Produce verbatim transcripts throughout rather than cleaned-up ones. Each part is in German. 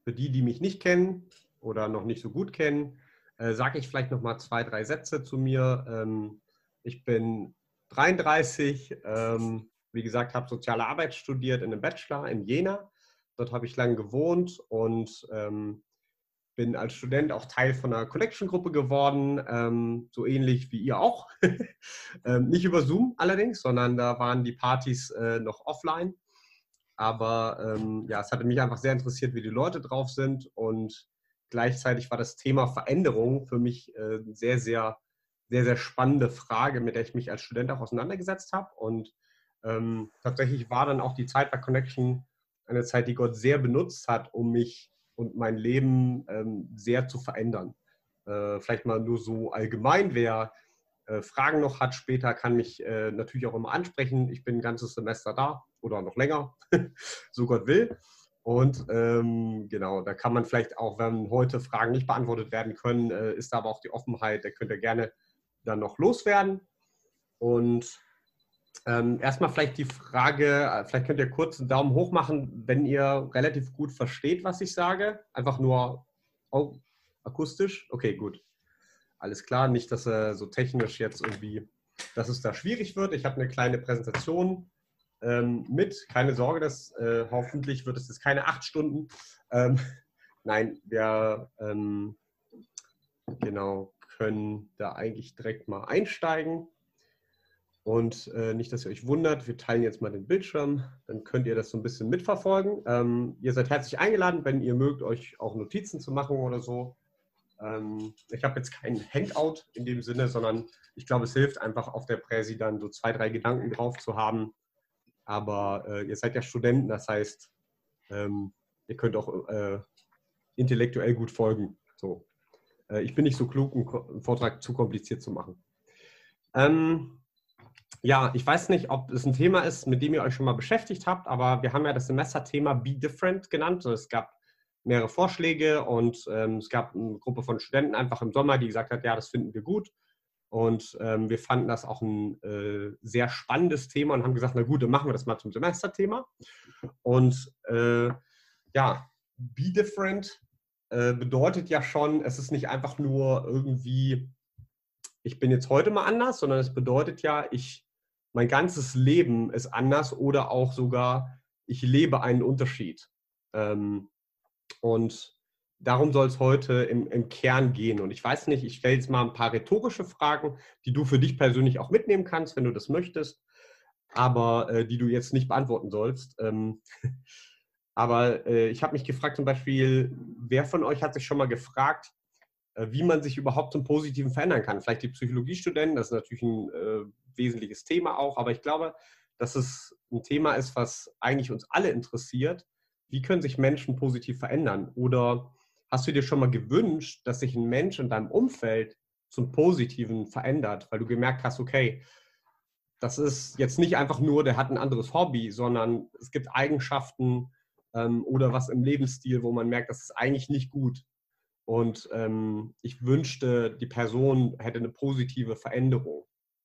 für die, die mich nicht kennen oder noch nicht so gut kennen, äh, sage ich vielleicht noch mal zwei, drei Sätze zu mir. Ähm, ich bin dreiunddreißig, ähm, wie gesagt, habe soziale Arbeit studiert in einem Bachelor in Jena. Dort habe ich lange gewohnt und ähm, bin als Student auch Teil von einer Connection-Gruppe geworden, ähm, so ähnlich wie ihr auch. ähm, nicht über Zoom allerdings, sondern da waren die Partys äh, noch offline. Aber ähm, ja, es hatte mich einfach sehr interessiert, wie die Leute drauf sind und gleichzeitig war das Thema Veränderung für mich äh, eine sehr, sehr, sehr, sehr spannende Frage, mit der ich mich als Student auch auseinandergesetzt habe. Und ähm, tatsächlich war dann auch die Zeit bei Connection eine Zeit, die Gott sehr benutzt hat, um mich und mein Leben ähm, sehr zu verändern. Äh, vielleicht mal nur so allgemein, wer äh, Fragen noch hat später, kann mich äh, natürlich auch immer ansprechen. Ich bin ein ganzes Semester da oder noch länger, so Gott will. Und ähm, genau, da kann man vielleicht auch, wenn heute Fragen nicht beantwortet werden können, äh, ist da aber auch die Offenheit, da könnt ihr gerne dann noch loswerden. Und ähm, erstmal vielleicht die Frage, vielleicht könnt ihr kurz einen Daumen hoch machen, wenn ihr relativ gut versteht, was ich sage. Einfach nur oh, akustisch. Okay, gut. Alles klar. Nicht, dass er so technisch jetzt irgendwie, dass es da schwierig wird. Ich habe eine kleine Präsentation ähm, mit. Keine Sorge, das, äh, hoffentlich wird es jetzt keine acht Stunden. Ähm, nein, wir ähm, genau, können da eigentlich direkt mal einsteigen. Und äh, nicht, dass ihr euch wundert, wir teilen jetzt mal den Bildschirm, dann könnt ihr das so ein bisschen mitverfolgen. Ähm, ihr seid herzlich eingeladen, wenn ihr mögt, euch auch Notizen zu machen oder so. Ähm, ich habe jetzt kein Hangout in dem Sinne, sondern ich glaube, es hilft einfach auf der Präsi dann so zwei, drei Gedanken drauf zu haben. Aber äh, ihr seid ja Studenten, das heißt, ähm, ihr könnt auch äh, intellektuell gut folgen. So. Äh, ich bin nicht so klug, einen Vortrag zu kompliziert zu machen. Ähm, Ja, ich weiß nicht, ob es ein Thema ist, mit dem ihr euch schon mal beschäftigt habt, aber wir haben ja das Semesterthema Be Different genannt. Es gab mehrere Vorschläge und ähm, es gab eine Gruppe von Studenten einfach im Sommer, die gesagt hat, ja, das finden wir gut. Und ähm, wir fanden das auch ein äh, sehr spannendes Thema und haben gesagt, na gut, dann machen wir das mal zum Semesterthema. Und äh, ja, Be Different äh, bedeutet ja schon, es ist nicht einfach nur irgendwie, ich bin jetzt heute mal anders, sondern es bedeutet ja, ich mein ganzes Leben ist anders oder auch sogar, ich lebe einen Unterschied. Ähm, und darum soll es heute im, im Kern gehen. Und ich weiß nicht, ich stelle jetzt mal ein paar rhetorische Fragen, die du für dich persönlich auch mitnehmen kannst, wenn du das möchtest, aber äh, die du jetzt nicht beantworten sollst. Ähm, aber äh, ich habe mich gefragt zum Beispiel, wer von euch hat sich schon mal gefragt, wie man sich überhaupt zum Positiven verändern kann. Vielleicht die Psychologiestudenten, das ist natürlich ein äh, wesentliches Thema auch, aber ich glaube, dass es ein Thema ist, was eigentlich uns alle interessiert. Wie können sich Menschen positiv verändern? Oder hast du dir schon mal gewünscht, dass sich ein Mensch in deinem Umfeld zum Positiven verändert, weil du gemerkt hast, okay, das ist jetzt nicht einfach nur, der hat ein anderes Hobby, sondern es gibt Eigenschaften ähm, oder was im Lebensstil, wo man merkt, das ist eigentlich nicht gut. Und ähm, ich wünschte, die Person hätte eine positive Veränderung.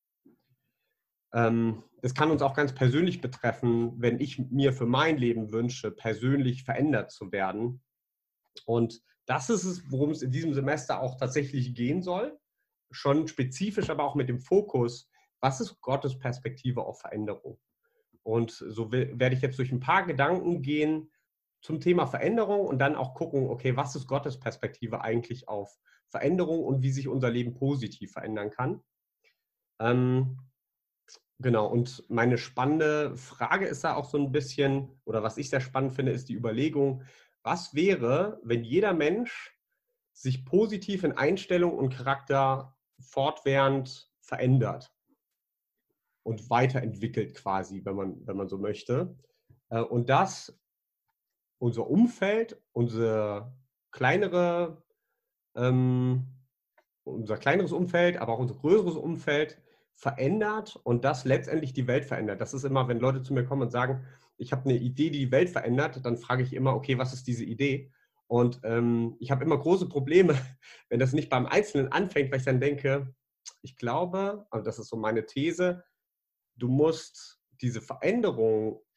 Ähm, das kann uns auch ganz persönlich betreffen, wenn ich mir für mein Leben wünsche, persönlich verändert zu werden. Und das ist es, worum es in diesem Semester auch tatsächlich gehen soll. Schon spezifisch, aber auch mit dem Fokus, was ist Gottes Perspektive auf Veränderung? Und so werde ich jetzt durch ein paar Gedanken gehen, zum Thema Veränderung und dann auch gucken, okay, was ist Gottes Perspektive eigentlich auf Veränderung und wie sich unser Leben positiv verändern kann. Ähm, genau, und meine spannende Frage ist da auch so ein bisschen, oder was ich sehr spannend finde, ist die Überlegung, was wäre, wenn jeder Mensch sich positiv in Einstellung und Charakter fortwährend verändert und weiterentwickelt quasi, wenn man, wenn man so möchte. Und das unser Umfeld, unser kleinere, ähm, unser kleineres Umfeld, aber auch unser größeres Umfeld verändert und das letztendlich die Welt verändert. Das ist immer, wenn Leute zu mir kommen und sagen, ich habe eine Idee, die die Welt verändert, dann frage ich immer, okay, was ist diese Idee? Und ähm, ich habe immer große Probleme, wenn das nicht beim Einzelnen anfängt, weil ich dann denke, ich glaube, also das ist so meine These, du musst diese Veränderung,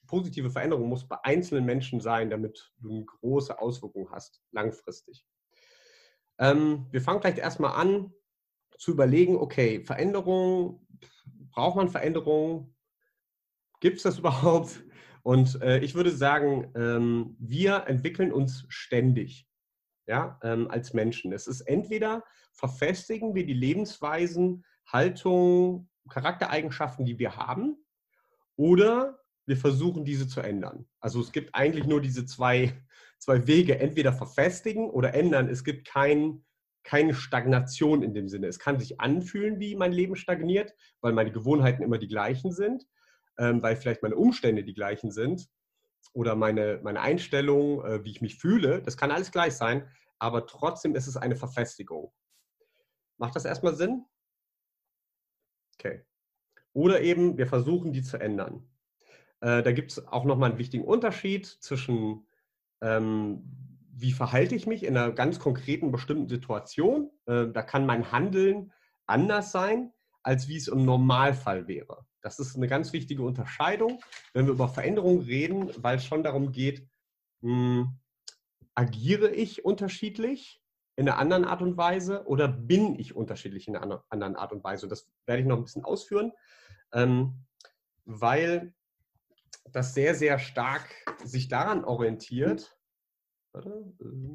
positive Veränderung muss bei einzelnen Menschen sein, damit du eine große Auswirkung hast, langfristig. Ähm, wir fangen vielleicht erstmal an zu überlegen, okay, Veränderung, braucht man Veränderung? Gibt es das überhaupt? Und äh, ich würde sagen, ähm, wir entwickeln uns ständig, ja, ähm, als Menschen. Es ist entweder verfestigen wir die Lebensweisen, Haltung, Charaktereigenschaften, die wir haben, oder wir versuchen, diese zu ändern. Also es gibt eigentlich nur diese zwei, zwei Wege, entweder verfestigen oder ändern. Es gibt kein, keine Stagnation in dem Sinne. Es kann sich anfühlen, wie mein Leben stagniert, weil meine Gewohnheiten immer die gleichen sind, ähm, weil vielleicht meine Umstände die gleichen sind oder meine, meine Einstellung, äh, wie ich mich fühle. Das kann alles gleich sein, aber trotzdem ist es eine Verfestigung. Macht das erstmal Sinn? Okay. Oder eben, wir versuchen, die zu ändern. Äh, da gibt es auch nochmal einen wichtigen Unterschied zwischen, ähm, wie verhalte ich mich in einer ganz konkreten, bestimmten Situation. Äh, da kann mein Handeln anders sein, als wie es im Normalfall wäre. Das ist eine ganz wichtige Unterscheidung, wenn wir über Veränderungen reden, weil es schon darum geht, mh, agiere ich unterschiedlich in einer anderen Art und Weise oder bin ich unterschiedlich in einer anderen Art und Weise? Das werde ich noch ein bisschen ausführen, ähm, weil das sehr, sehr stark sich daran orientiert, warte,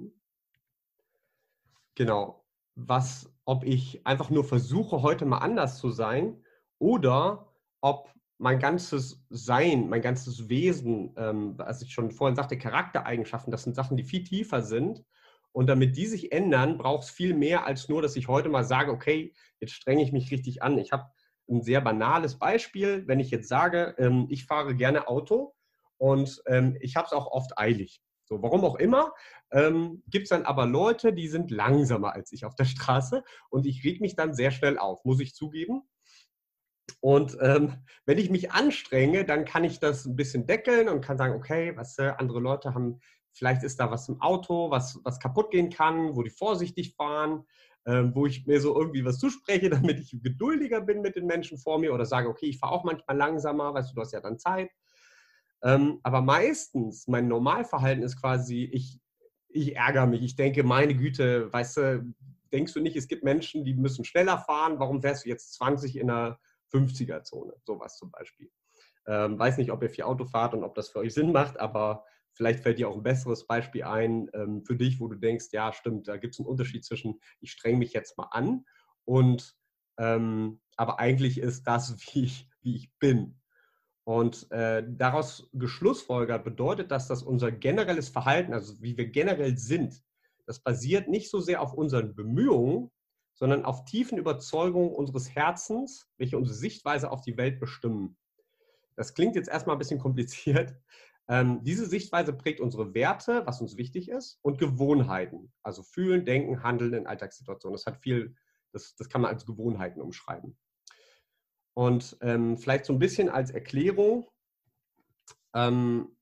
genau, was, ob ich einfach nur versuche, heute mal anders zu sein oder ob mein ganzes Sein, mein ganzes Wesen, ähm, was ich schon vorhin sagte, Charaktereigenschaften, das sind Sachen, die viel tiefer sind. Und damit die sich ändern, braucht es viel mehr als nur, dass ich heute mal sage, okay, jetzt strenge ich mich richtig an. Ich habe ein sehr banales Beispiel, wenn ich jetzt sage, ähm, ich fahre gerne Auto und ähm, ich habe es auch oft eilig. So, warum auch immer, ähm, gibt es dann aber Leute, die sind langsamer als ich auf der Straße und ich reg mich dann sehr schnell auf, muss ich zugeben. Und ähm, wenn ich mich anstrenge, dann kann ich das ein bisschen deckeln und kann sagen, okay, was äh, andere Leute haben, vielleicht ist da was im Auto, was, was kaputt gehen kann, wo die vorsichtig fahren, ähm, wo ich mir so irgendwie was zuspreche, damit ich geduldiger bin mit den Menschen vor mir oder sage, okay, ich fahre auch manchmal langsamer, weißt du, du hast ja dann Zeit. Ähm, aber meistens, mein Normalverhalten ist quasi, ich, ich ärgere mich. Ich denke, meine Güte, weißt du, denkst du nicht, es gibt Menschen, die müssen schneller fahren? Warum fährst du jetzt zwanzig in einer fünfziger-Zone? Sowas zum Beispiel. Ähm, weiß nicht, ob ihr viel Auto fahrt und ob das für euch Sinn macht, aber vielleicht fällt dir auch ein besseres Beispiel ein ähm, für dich, wo du denkst, ja, stimmt, da gibt es einen Unterschied zwischen, ich streng mich jetzt mal an und ähm, aber eigentlich ist das, wie ich, wie ich bin. Und äh, daraus geschlussfolgert bedeutet das, dass unser generelles Verhalten, also wie wir generell sind, das basiert nicht so sehr auf unseren Bemühungen, sondern auf tiefen Überzeugungen unseres Herzens, welche unsere Sichtweise auf die Welt bestimmen. Das klingt jetzt erstmal ein bisschen kompliziert. Ähm, diese Sichtweise prägt unsere Werte, was uns wichtig ist, und Gewohnheiten, also fühlen, denken, handeln in Alltagssituationen. Das hat viel, das, das kann man als Gewohnheiten umschreiben. Und ähm, vielleicht so ein bisschen als Erklärung, ähm,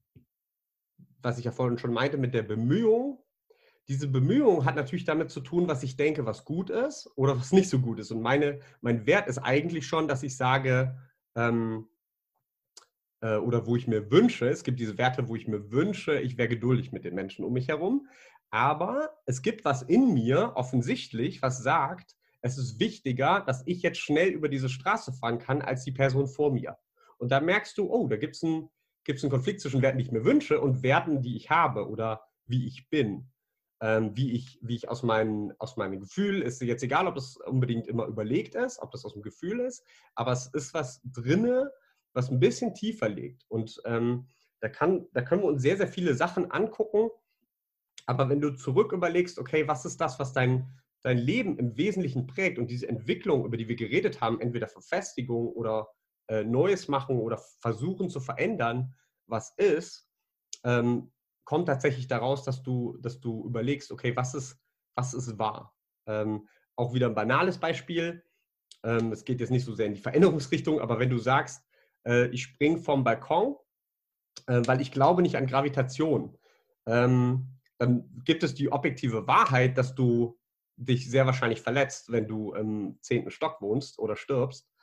was ich ja vorhin schon meinte mit der Bemühung. Diese Bemühung hat natürlich damit zu tun, was ich denke, was gut ist oder was nicht so gut ist. Und meine, mein Wert ist eigentlich schon, dass ich sage, ähm, äh, oder wo ich mir wünsche, es gibt diese Werte, wo ich mir wünsche, ich wäre geduldig mit den Menschen um mich herum. Aber es gibt was in mir, offensichtlich, was sagt, es ist wichtiger, dass ich jetzt schnell über diese Straße fahren kann, als die Person vor mir. Und da merkst du, oh, da gibt es einen, gibt's einen Konflikt zwischen Werten, die ich mir wünsche und Werten, die ich habe oder wie ich bin. Ähm, wie ich, wie ich aus, meinen, aus meinem Gefühl, ist jetzt egal, ob das unbedingt immer überlegt ist, ob das aus dem Gefühl ist, aber es ist was drinne, was ein bisschen tiefer liegt. Und ähm, da, kann, da können wir uns sehr, sehr viele Sachen angucken. Aber wenn du zurück überlegst, okay, was ist das, was dein, dein Leben im Wesentlichen prägt und diese Entwicklung, über die wir geredet haben, entweder Verfestigung oder äh, Neues machen oder versuchen zu verändern, was ist, ähm, kommt tatsächlich daraus, dass du, dass du überlegst, okay, was ist, was ist wahr? Ähm, auch wieder ein banales Beispiel. Ähm, es geht jetzt nicht so sehr in die Veränderungsrichtung, aber wenn du sagst, äh, ich springe vom Balkon, äh, weil ich glaube nicht an Gravitation, ähm, dann gibt es die objektive Wahrheit, dass du dich sehr wahrscheinlich verletzt, wenn du im zehnten Stock wohnst oder stirbst.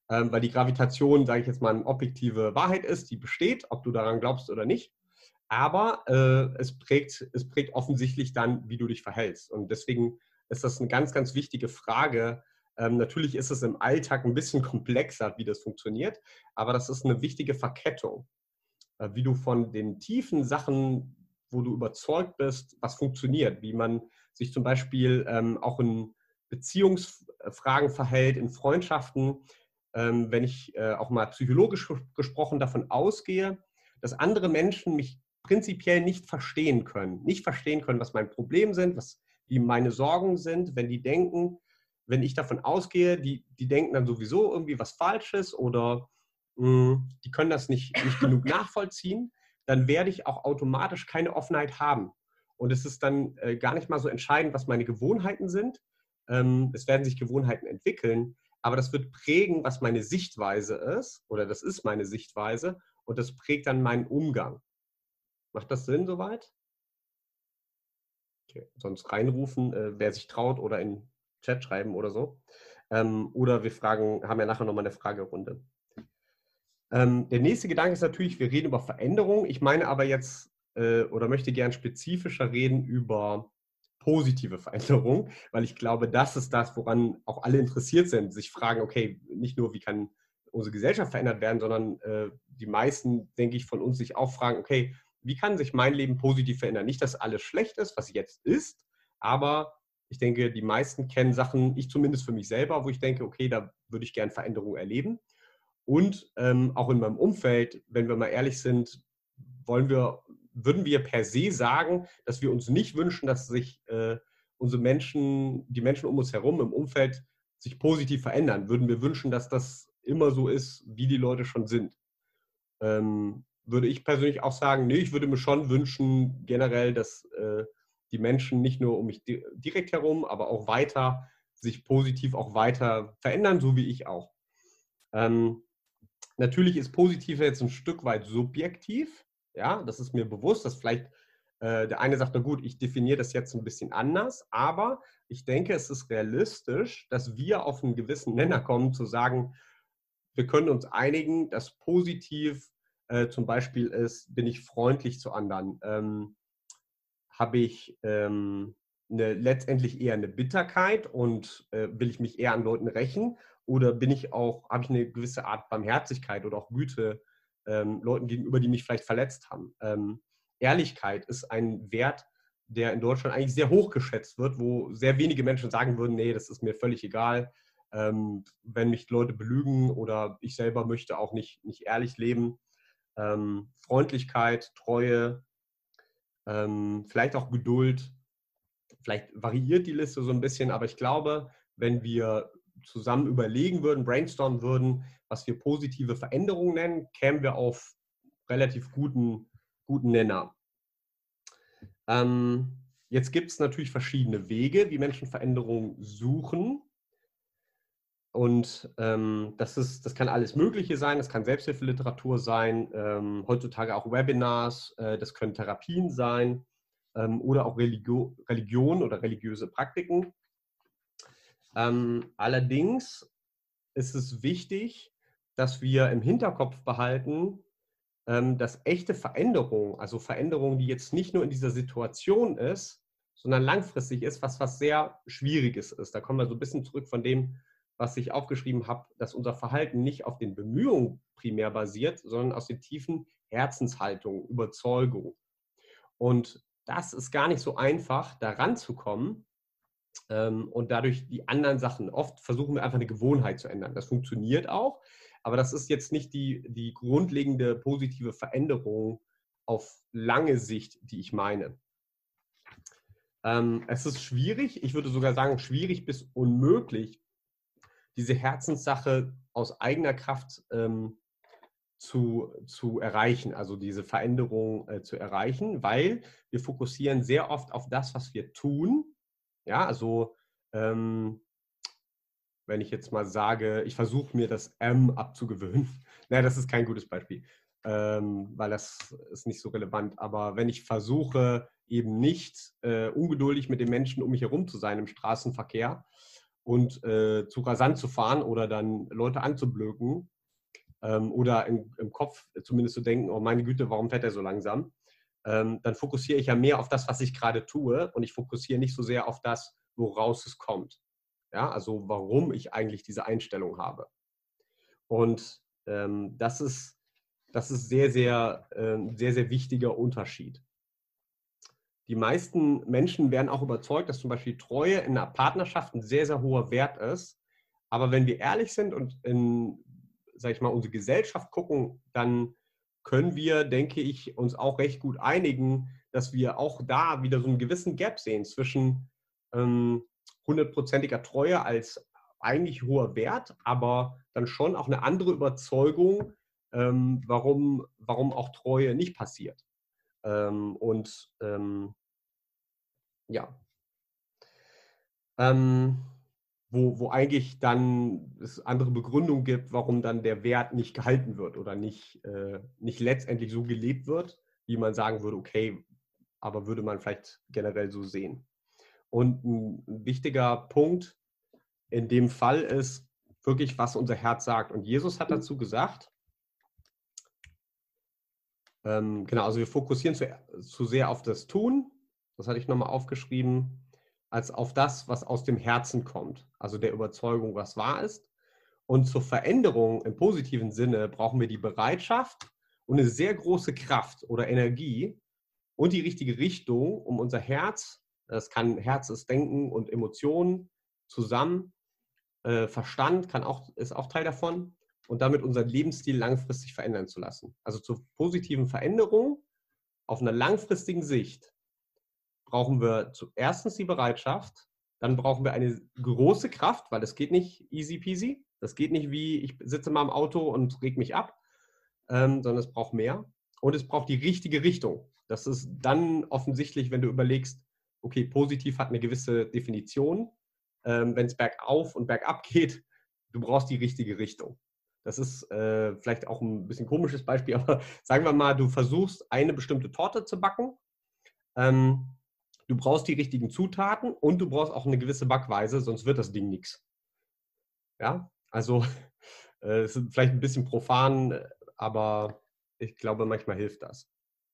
ähm, weil die Gravitation, sage ich jetzt mal, eine objektive Wahrheit ist, die besteht, ob du daran glaubst oder nicht. Aber äh, es prägt, es prägt offensichtlich dann, wie du dich verhältst. Und deswegen ist das eine ganz, ganz wichtige Frage. Ähm, natürlich ist es im Alltag ein bisschen komplexer, wie das funktioniert, aber das ist eine wichtige Verkettung, äh, wie du von den tiefen Sachen, wo du überzeugt bist, was funktioniert, wie man sich zum Beispiel ähm, auch in Beziehungsfragen verhält, in Freundschaften, ähm, wenn ich äh, auch mal psychologisch gesprochen davon ausgehe, dass andere Menschen mich prinzipiell nicht verstehen können, nicht verstehen können, was mein Problem sind, was wie meine Sorgen sind, wenn die denken, wenn ich davon ausgehe, die, die denken dann sowieso irgendwie was Falsches oder mh, die können das nicht, nicht genug nachvollziehen, dann werde ich auch automatisch keine Offenheit haben. Und es ist dann äh, gar nicht mal so entscheidend, was meine Gewohnheiten sind. Ähm, es werden sich Gewohnheiten entwickeln, aber das wird prägen, was meine Sichtweise ist, oder das ist meine Sichtweise, und das prägt dann meinen Umgang. Macht das Sinn soweit? Okay. Sonst reinrufen, äh, wer sich traut, oder in den Chat schreiben oder so. Ähm, oder wir fragen, haben ja nachher nochmal eine Fragerunde. Ähm, der nächste Gedanke ist natürlich, wir reden über Veränderung. Ich meine aber jetzt äh, oder möchte gern spezifischer reden über positive Veränderung, weil ich glaube, das ist das, woran auch alle interessiert sind, sich fragen, okay, nicht nur, wie kann unsere Gesellschaft verändert werden, sondern äh, die meisten, denke ich, von uns sich auch fragen, okay, wie kann sich mein Leben positiv verändern? Nicht, dass alles schlecht ist, was jetzt ist, aber ich denke, die meisten kennen Sachen, ich zumindest für mich selber, wo ich denke, okay, da würde ich gern Veränderungen erleben. Und ähm, auch in meinem Umfeld, wenn wir mal ehrlich sind, wollen wir, würden wir per se sagen, dass wir uns nicht wünschen, dass sich äh, unsere Menschen, die Menschen um uns herum im Umfeld sich positiv verändern. Würden wir wünschen, dass das immer so ist, wie die Leute schon sind. Ähm, würde ich persönlich auch sagen, nee, ich würde mir schon wünschen, generell, dass äh, die Menschen nicht nur um mich di direkt herum, aber auch weiter sich positiv auch weiter verändern, so wie ich auch. Ähm, Natürlich ist positiv jetzt ein Stück weit subjektiv. Ja, das ist mir bewusst, dass vielleicht äh, der eine sagt, na gut, ich definiere das jetzt ein bisschen anders, aber ich denke, es ist realistisch, dass wir auf einen gewissen Nenner kommen, zu sagen, wir können uns einigen, dass positiv äh, zum Beispiel ist, bin ich freundlich zu anderen, ähm, habe ich ähm, eine, letztendlich eher eine Bitterkeit und äh, will ich mich eher an Leuten rächen, oder bin ich auch, habe ich eine gewisse Art Barmherzigkeit oder auch Güte ähm, Leuten gegenüber, die mich vielleicht verletzt haben. Ähm, Ehrlichkeit ist ein Wert, der in Deutschland eigentlich sehr hoch geschätzt wird, wo sehr wenige Menschen sagen würden, nee, das ist mir völlig egal, ähm, wenn mich Leute belügen, oder ich selber möchte auch nicht, nicht ehrlich leben. Ähm, Freundlichkeit, Treue, ähm, vielleicht auch Geduld. Vielleicht variiert die Liste so ein bisschen, aber ich glaube, wenn wir zusammen überlegen würden, brainstormen würden, was wir positive Veränderungen nennen, kämen wir auf relativ guten, guten Nenner. Ähm, jetzt gibt es natürlich verschiedene Wege, wie Menschen Veränderungen suchen. Und ähm, das, ist, das kann alles Mögliche sein, das kann Selbsthilfeliteratur sein, ähm, heutzutage auch Webinars, äh, das können Therapien sein ähm, oder auch Religio Religion oder religiöse Praktiken. Ähm, allerdings ist es wichtig, dass wir im Hinterkopf behalten, ähm, dass echte Veränderung, also Veränderung, die jetzt nicht nur in dieser Situation ist, sondern langfristig ist, was was sehr Schwieriges ist. Da kommen wir so ein bisschen zurück von dem, was ich aufgeschrieben habe, dass unser Verhalten nicht auf den Bemühungen primär basiert, sondern aus den tiefen Herzenshaltungen, Überzeugungen. Und das ist gar nicht so einfach, da ranzukommen, ähm, und dadurch die anderen Sachen. Oft versuchen wir einfach eine Gewohnheit zu ändern. Das funktioniert auch, aber das ist jetzt nicht die, die grundlegende positive Veränderung auf lange Sicht, die ich meine. Ähm, es ist schwierig, ich würde sogar sagen, schwierig bis unmöglich, diese Herzenssache aus eigener Kraft ähm, zu, zu erreichen, also diese Veränderung äh, zu erreichen, weil wir fokussieren sehr oft auf das, was wir tun. Ja, also ähm, wenn ich jetzt mal sage, ich versuche mir das M abzugewöhnen. Naja, das ist kein gutes Beispiel, ähm, weil das ist nicht so relevant. Aber wenn ich versuche, eben nicht äh, ungeduldig mit den Menschen um mich herum zu sein im Straßenverkehr und äh, zu rasant zu fahren oder dann Leute anzublöken ähm, oder im, im Kopf zumindest zu denken, oh meine Güte, warum fährt er so langsam? Ähm, dann fokussiere ich ja mehr auf das, was ich gerade tue und ich fokussiere nicht so sehr auf das, woraus es kommt. Ja, also warum ich eigentlich diese Einstellung habe. Und ähm, das ist, das ist sehr, sehr, äh, sehr, sehr wichtiger Unterschied. Die meisten Menschen werden auch überzeugt, dass zum Beispiel Treue in einer Partnerschaft ein sehr, sehr hoher Wert ist. Aber wenn wir ehrlich sind und in, sag ich mal, unsere Gesellschaft gucken, dann können wir, denke ich, uns auch recht gut einigen, dass wir auch da wieder so einen gewissen Gap sehen zwischen ähm, hundertprozentiger Treue als eigentlich hoher Wert, aber dann schon auch eine andere Überzeugung, ähm, warum, warum auch Treue nicht passiert. Ähm, und ähm, ja, ähm, wo, wo eigentlich dann es andere Begründungen gibt, warum dann der Wert nicht gehalten wird oder nicht, äh, nicht letztendlich so gelebt wird, wie man sagen würde, okay, aber würde man vielleicht generell so sehen. Und ein, ein wichtiger Punkt in dem Fall ist wirklich, was unser Herz sagt. Und Jesus hat dazu gesagt, ähm, genau, also wir fokussieren zu, zu sehr auf das Tun, das hatte ich nochmal aufgeschrieben, als auf das, was aus dem Herzen kommt, also der Überzeugung, was wahr ist. Und zur Veränderung im positiven Sinne brauchen wir die Bereitschaft und eine sehr große Kraft oder Energie und die richtige Richtung, um unser Herz, das kann Herz ist Denken und Emotionen zusammen, äh, Verstand kann auch, ist auch Teil davon, und damit unseren Lebensstil langfristig verändern zu lassen. Also zur positiven Veränderung auf einer langfristigen Sicht brauchen wir zuerst die Bereitschaft, dann brauchen wir eine große Kraft, weil es geht nicht easy peasy. Das geht nicht wie, ich sitze mal im Auto und reg mich ab, ähm, sondern es braucht mehr. Und es braucht die richtige Richtung. Das ist dann offensichtlich, wenn du überlegst, okay, positiv hat eine gewisse Definition. Ähm, wenn es bergauf und bergab geht, du brauchst die richtige Richtung. Das ist äh, vielleicht auch ein bisschen komisches Beispiel, aber sagen wir mal, du versuchst eine bestimmte Torte zu backen. Ähm, du brauchst die richtigen Zutaten und du brauchst auch eine gewisse Backweise, sonst wird das Ding nichts. Ja, also äh, es ist vielleicht ein bisschen profan, aber ich glaube, manchmal hilft das.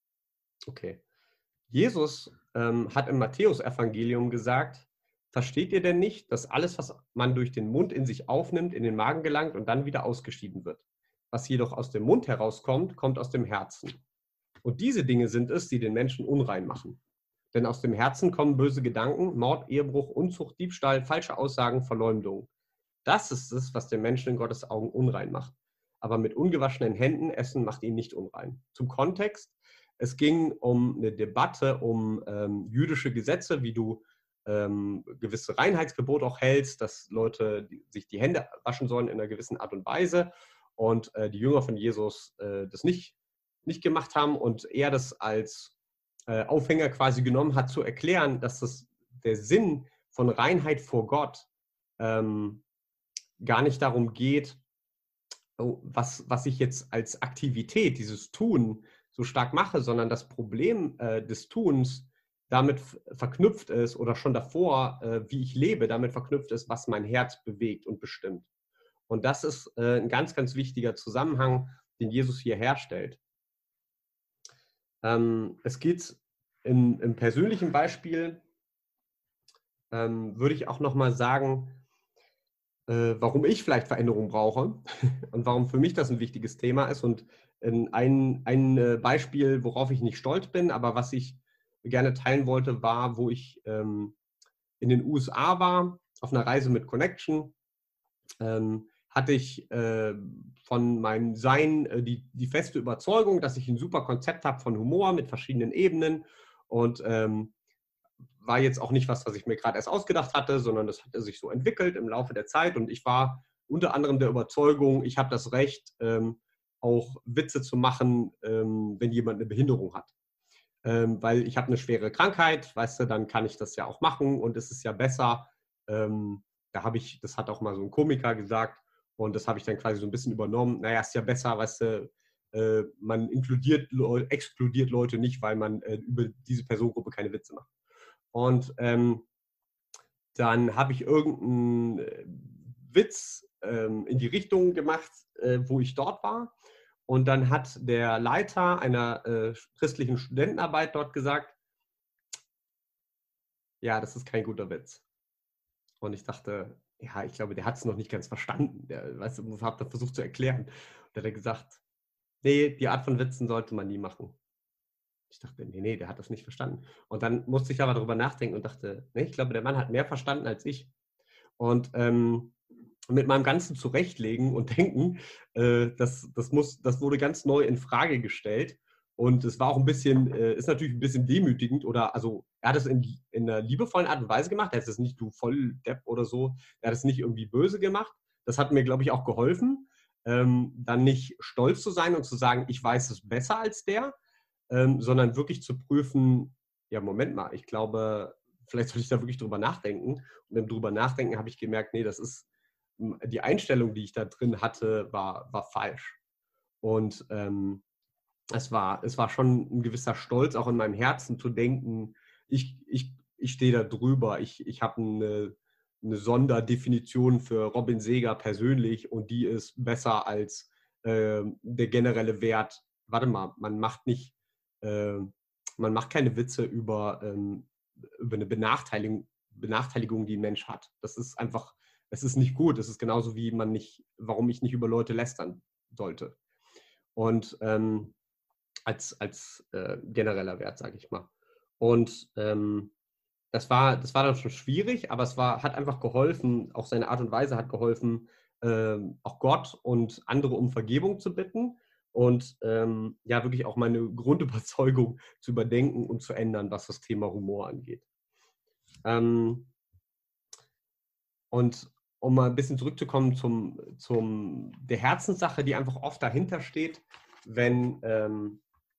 Okay. Jesus ähm, hat im Matthäusevangelium gesagt, versteht ihr denn nicht, dass alles, was man durch den Mund in sich aufnimmt, in den Magen gelangt und dann wieder ausgeschieden wird? Was jedoch aus dem Mund herauskommt, kommt aus dem Herzen. Und diese Dinge sind es, die den Menschen unrein machen. Denn aus dem Herzen kommen böse Gedanken, Mord, Ehebruch, Unzucht, Diebstahl, falsche Aussagen, Verleumdung. Das ist es, was den Menschen in Gottes Augen unrein macht. Aber mit ungewaschenen Händen essen macht ihn nicht unrein. Zum Kontext: Es ging um eine Debatte um ähm, jüdische Gesetze, wie du ähm, gewisse Reinheitsgebote auch hältst, dass Leute die, sich die Hände waschen sollen in einer gewissen Art und Weise. Und äh, die Jünger von Jesus äh, das nicht, nicht gemacht haben und er das als äh, Aufhänger quasi genommen hat, zu erklären, dass das der Sinn von Reinheit vor Gott ähm, gar nicht darum geht, was, was ich jetzt als Aktivität, dieses Tun so stark mache, sondern das Problem äh, des Tuns damit verknüpft ist oder schon davor, äh, wie ich lebe, damit verknüpft ist, was mein Herz bewegt und bestimmt. Und das ist äh, ein ganz, ganz wichtiger Zusammenhang, den Jesus hier herstellt. Ähm, es geht in, im persönlichen Beispiel, ähm, würde ich auch nochmal sagen, äh, warum ich vielleicht Veränderung brauche und warum für mich das ein wichtiges Thema ist. Und ein, ein äh, Beispiel, worauf ich nicht stolz bin, aber was ich gerne teilen wollte, war, wo ich ähm, in den U S A war, auf einer Reise mit Connection, ähm, hatte ich äh, von meinem Sein äh, die, die feste Überzeugung, dass ich ein super Konzept habe von Humor mit verschiedenen Ebenen und ähm, war jetzt auch nicht was, was ich mir gerade erst ausgedacht hatte, sondern das hatte sich so entwickelt im Laufe der Zeit und ich war unter anderem der Überzeugung, ich habe das Recht, ähm, auch Witze zu machen, ähm, wenn jemand eine Behinderung hat. Ähm, weil ich habe eine schwere Krankheit, weißt du, dann kann ich das ja auch machen und es ist ja besser. Ähm, da habe ich, das hat auch mal so ein Komiker gesagt und das habe ich dann quasi so ein bisschen übernommen. Naja, ist ja besser, weißt du, äh, man inkludiert, exkludiert Leute nicht, weil man äh, über diese Personengruppe keine Witze macht. Und ähm, dann habe ich irgendeinen äh, Witz ähm, in die Richtung gemacht, äh, wo ich dort war. Und dann hat der Leiter einer äh, christlichen Studentenarbeit dort gesagt, ja, das ist kein guter Witz. Und ich dachte, ja, ich glaube, der hat es noch nicht ganz verstanden. Der, weißt du, habe das versucht zu erklären. Und dann hat er gesagt, nee, die Art von Witzen sollte man nie machen. Ich dachte, nee, nee, der hat das nicht verstanden. Und dann musste ich aber darüber nachdenken und dachte, nee, ich glaube, der Mann hat mehr verstanden als ich. Und ähm, mit meinem ganzen Zurechtlegen und Denken, äh, das, das, muss, das wurde ganz neu in Frage gestellt. Und es war auch ein bisschen, äh, ist natürlich ein bisschen demütigend oder, also er hat es in, in einer liebevollen Art und Weise gemacht. Er hat es nicht, du Volldepp oder so. Er hat es nicht irgendwie böse gemacht. Das hat mir, glaube ich, auch geholfen, ähm, dann nicht stolz zu sein und zu sagen, ich weiß es besser als der, ähm, sondern wirklich zu prüfen, ja, Moment mal, ich glaube, vielleicht sollte ich da wirklich drüber nachdenken. Und im drüber nachdenken habe ich gemerkt, nee, das ist, die Einstellung, die ich da drin hatte, war, war falsch. Und ähm, es, war, es war schon ein gewisser Stolz, auch in meinem Herzen zu denken, ich, ich, ich stehe da drüber, ich, ich habe eine, eine Sonderdefinition für Robin Seeger persönlich und die ist besser als äh, der generelle Wert. Warte mal, man macht nicht, äh, man macht keine Witze über, ähm, über eine Benachteiligung, Benachteiligung, die ein Mensch hat. Das ist einfach, es ist nicht gut. Es ist genauso wie man nicht, warum ich nicht über Leute lästern sollte. Und ähm, als, als äh, genereller Wert, sage ich mal. Und ähm, das war, das war dann schon schwierig, aber es war, hat einfach geholfen, auch seine Art und Weise hat geholfen, ähm, auch Gott und andere um Vergebung zu bitten und ähm, ja, wirklich auch meine Grundüberzeugung zu überdenken und zu ändern, was das Thema Humor angeht. Ähm, und um mal ein bisschen zurückzukommen zum, zum der Herzenssache, die einfach oft dahinter steht, wenn ähm,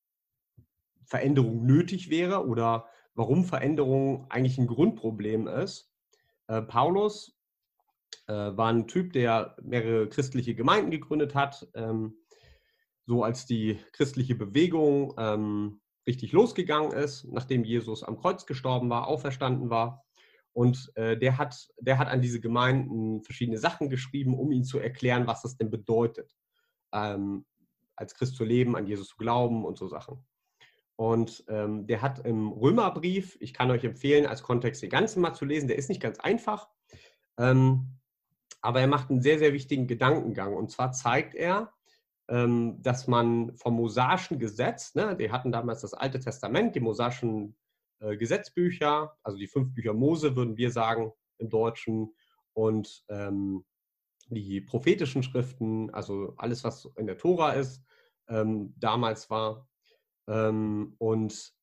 Veränderung nötig wäre oder warum Veränderung eigentlich ein Grundproblem ist. Äh, Paulus äh, war ein Typ, der mehrere christliche Gemeinden gegründet hat, ähm, so als die christliche Bewegung ähm, richtig losgegangen ist, nachdem Jesus am Kreuz gestorben war, auferstanden war. Und äh, der, hat, der hat an diese Gemeinden verschiedene Sachen geschrieben, um ihnen zu erklären, was das denn bedeutet, ähm, als Christ zu leben, an Jesus zu glauben und so Sachen. Und ähm, der hat im Römerbrief, ich kann euch empfehlen, als Kontext den ganzen mal zu lesen, der ist nicht ganz einfach, ähm, aber er macht einen sehr, sehr wichtigen Gedankengang. Und zwar zeigt er, ähm, dass man vom mosaischen Gesetz, ne, die hatten damals das Alte Testament, die mosaischen äh, Gesetzbücher, also die fünf Bücher Mose, würden wir sagen im Deutschen, und ähm, die prophetischen Schriften, also alles, was in der Tora ist, ähm, damals war. Ähm, und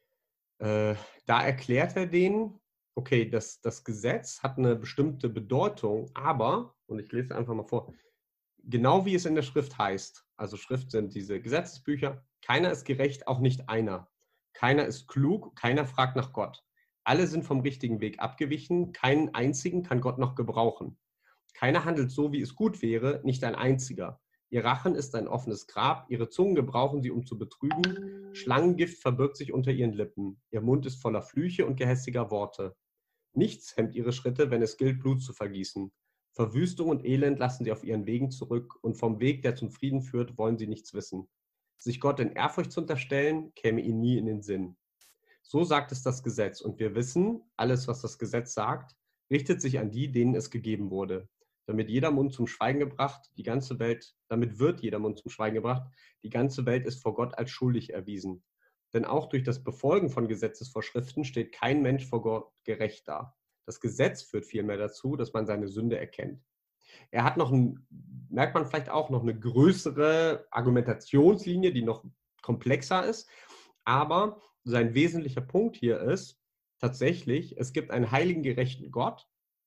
äh, da erklärt er denen, okay, das, das Gesetz hat eine bestimmte Bedeutung, aber, und ich lese einfach mal vor, genau wie es in der Schrift heißt, also Schrift sind diese Gesetzesbücher, keiner ist gerecht, auch nicht einer. Keiner ist klug, keiner fragt nach Gott. Alle sind vom richtigen Weg abgewichen, keinen einzigen kann Gott noch gebrauchen. Keiner handelt so, wie es gut wäre, nicht ein einziger. Ihr Rachen ist ein offenes Grab, ihre Zungen gebrauchen sie, um zu betrügen. Schlangengift verbirgt sich unter ihren Lippen. Ihr Mund ist voller Flüche und gehässiger Worte. Nichts hemmt ihre Schritte, wenn es gilt, Blut zu vergießen. Verwüstung und Elend lassen sie auf ihren Wegen zurück, und vom Weg, der zum Frieden führt, wollen sie nichts wissen. Sich Gott in Ehrfurcht zu unterstellen, käme ihnen nie in den Sinn. So sagt es das Gesetz, und wir wissen, alles, was das Gesetz sagt, richtet sich an die, denen es gegeben wurde. Damit jeder Mund zum Schweigen gebracht, die ganze Welt, damit wird jeder Mund zum Schweigen gebracht, die ganze Welt ist vor Gott als schuldig erwiesen. Denn auch durch das Befolgen von Gesetzesvorschriften steht kein Mensch vor Gott gerecht da. Das Gesetz führt vielmehr dazu, dass man seine Sünde erkennt. Er hat noch, ein, merkt man vielleicht auch, noch eine größere Argumentationslinie, die noch komplexer ist. Aber sein wesentlicher Punkt hier ist tatsächlich, es gibt einen heiligen, gerechten Gott,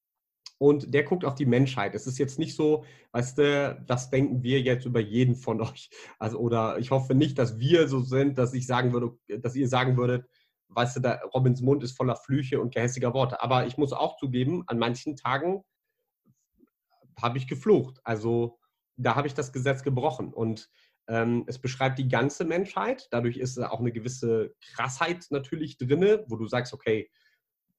und der guckt auf die Menschheit. Es ist jetzt nicht so, weißt du, das denken wir jetzt über jeden von euch. Also, oder ich hoffe nicht, dass wir so sind, dass ich sagen würde, dass ihr sagen würdet, weißt du, da, Robins Mund ist voller Flüche und gehässiger Worte. Aber ich muss auch zugeben, an manchen Tagen habe ich geflucht. Also da habe ich das Gesetz gebrochen. Und ähm, es beschreibt die ganze Menschheit. Dadurch ist auch eine gewisse Krassheit natürlich drin, wo du sagst, okay,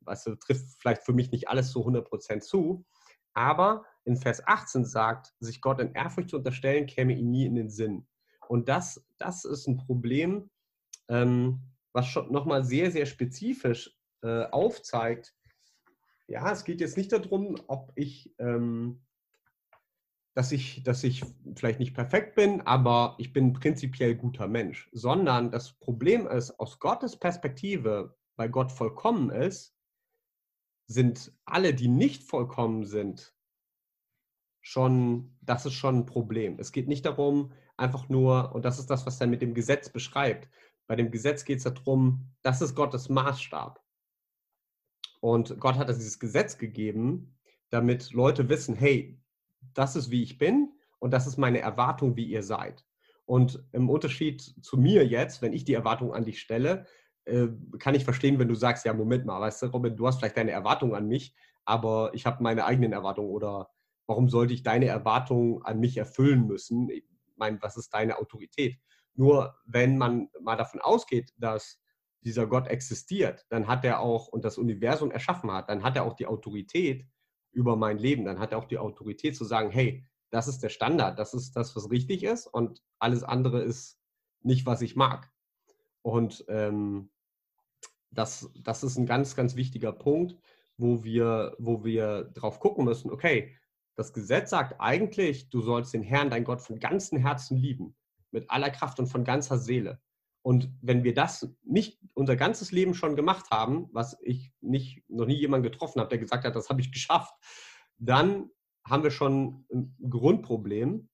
weißt du, trifft vielleicht für mich nicht alles zu hundert Prozent zu, aber in Vers achtzehn sagt, sich Gott in Ehrfurcht zu unterstellen, käme ihm nie in den Sinn. Und das, das ist ein Problem, ähm, was schon nochmal sehr, sehr spezifisch äh, aufzeigt, ja, es geht jetzt nicht darum, ob ich, ähm, dass ich, dass ich vielleicht nicht perfekt bin, aber ich bin prinzipiell guter Mensch, sondern das Problem ist, aus Gottes Perspektive, weil Gott vollkommen ist, sind alle, die nicht vollkommen sind, schon, das ist schon ein Problem. Es geht nicht darum, einfach nur, und das ist das, was er mit dem Gesetz beschreibt. Bei dem Gesetz geht es darum, das ist Gottes Maßstab. Und Gott hat dieses Gesetz gegeben, damit Leute wissen, hey, das ist, wie ich bin und das ist meine Erwartung, wie ihr seid. Und im Unterschied zu mir jetzt, wenn ich die Erwartung an dich stelle, äh, kann ich verstehen, wenn du sagst, ja, Moment mal, weißt du, Robin, du hast vielleicht deine Erwartung an mich, aber ich habe meine eigenen Erwartungen oder warum sollte ich deine Erwartungen an mich erfüllen müssen? Ich meine, was ist deine Autorität? Nur wenn man mal davon ausgeht, dass dieser Gott existiert, dann hat er auch und das Universum erschaffen hat, dann hat er auch die Autorität über mein Leben, dann hat er auch die Autorität zu sagen, hey, das ist der Standard, das ist das, was richtig ist und alles andere ist nicht, was ich mag. Und ähm, das, das ist ein ganz, ganz wichtiger Punkt, wo wir, wo wir drauf gucken müssen, okay, das Gesetz sagt eigentlich, du sollst den Herrn, dein Gott, von ganzem Herzen lieben, mit aller Kraft und von ganzer Seele. Und wenn wir das nicht unser ganzes Leben schon gemacht haben, was ich nicht, noch nie jemanden getroffen habe, der gesagt hat, das habe ich geschafft, dann haben wir schon ein Grundproblem.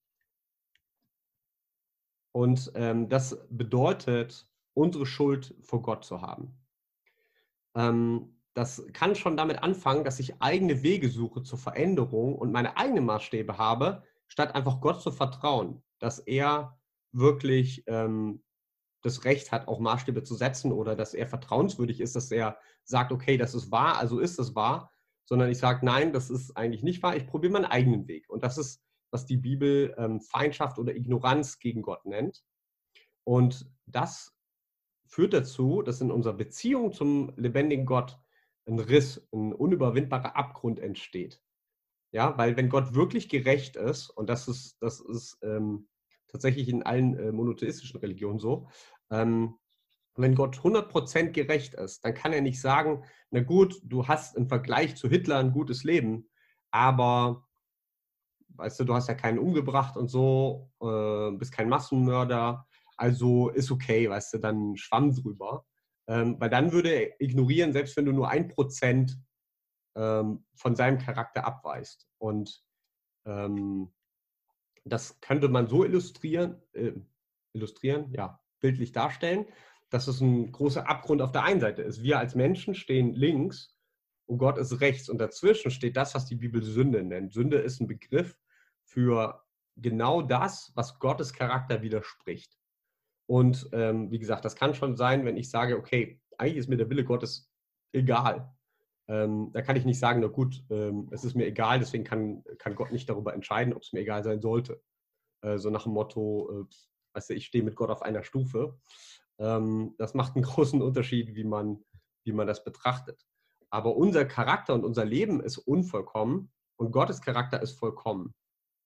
Und ähm, das bedeutet, unsere Schuld vor Gott zu haben. Ähm, das kann schon damit anfangen, dass ich eigene Wege suche zur Veränderung und meine eigenen Maßstäbe habe, statt einfach Gott zu vertrauen, dass er wirklich ähm, das Recht hat, auch Maßstäbe zu setzen oder dass er vertrauenswürdig ist, dass er sagt, okay, das ist wahr, also ist es wahr, sondern ich sage, nein, das ist eigentlich nicht wahr, ich probiere meinen eigenen Weg. Und das ist, was die Bibel ähm, Feindschaft oder Ignoranz gegen Gott nennt. Und das führt dazu, dass in unserer Beziehung zum lebendigen Gott ein Riss, ein unüberwindbarer Abgrund entsteht. Ja, weil wenn Gott wirklich gerecht ist, und das ist, das ist ähm, tatsächlich in allen äh, monotheistischen Religionen so, ähm, wenn Gott hundert Prozent gerecht ist, dann kann er nicht sagen, na gut, du hast im Vergleich zu Hitler ein gutes Leben, aber weißt du, du hast ja keinen umgebracht und so, äh, bist kein Massenmörder, also ist okay, weißt du, dann schwamm drüber. Ähm, weil dann würde er ignorieren, selbst wenn du nur ein Prozent ähm, von seinem Charakter abweichst. Und ähm, das könnte man so illustrieren, äh, illustrieren, ja, bildlich darstellen, dass es ein großer Abgrund auf der einen Seite ist. Wir als Menschen stehen links und Gott ist rechts. Und dazwischen steht das, was die Bibel Sünde nennt. Sünde ist ein Begriff für genau das, was Gottes Charakter widerspricht. Und ähm, wie gesagt, das kann schon sein, wenn ich sage, okay, eigentlich ist mir der Wille Gottes egal. Ähm, da kann ich nicht sagen, na gut, ähm, es ist mir egal, deswegen kann, kann Gott nicht darüber entscheiden, ob es mir egal sein sollte. Äh, so nach dem Motto, äh, weißt du, ich stehe mit Gott auf einer Stufe. Ähm, das macht einen großen Unterschied, wie man, wie man das betrachtet. Aber unser Charakter und unser Leben ist unvollkommen und Gottes Charakter ist vollkommen.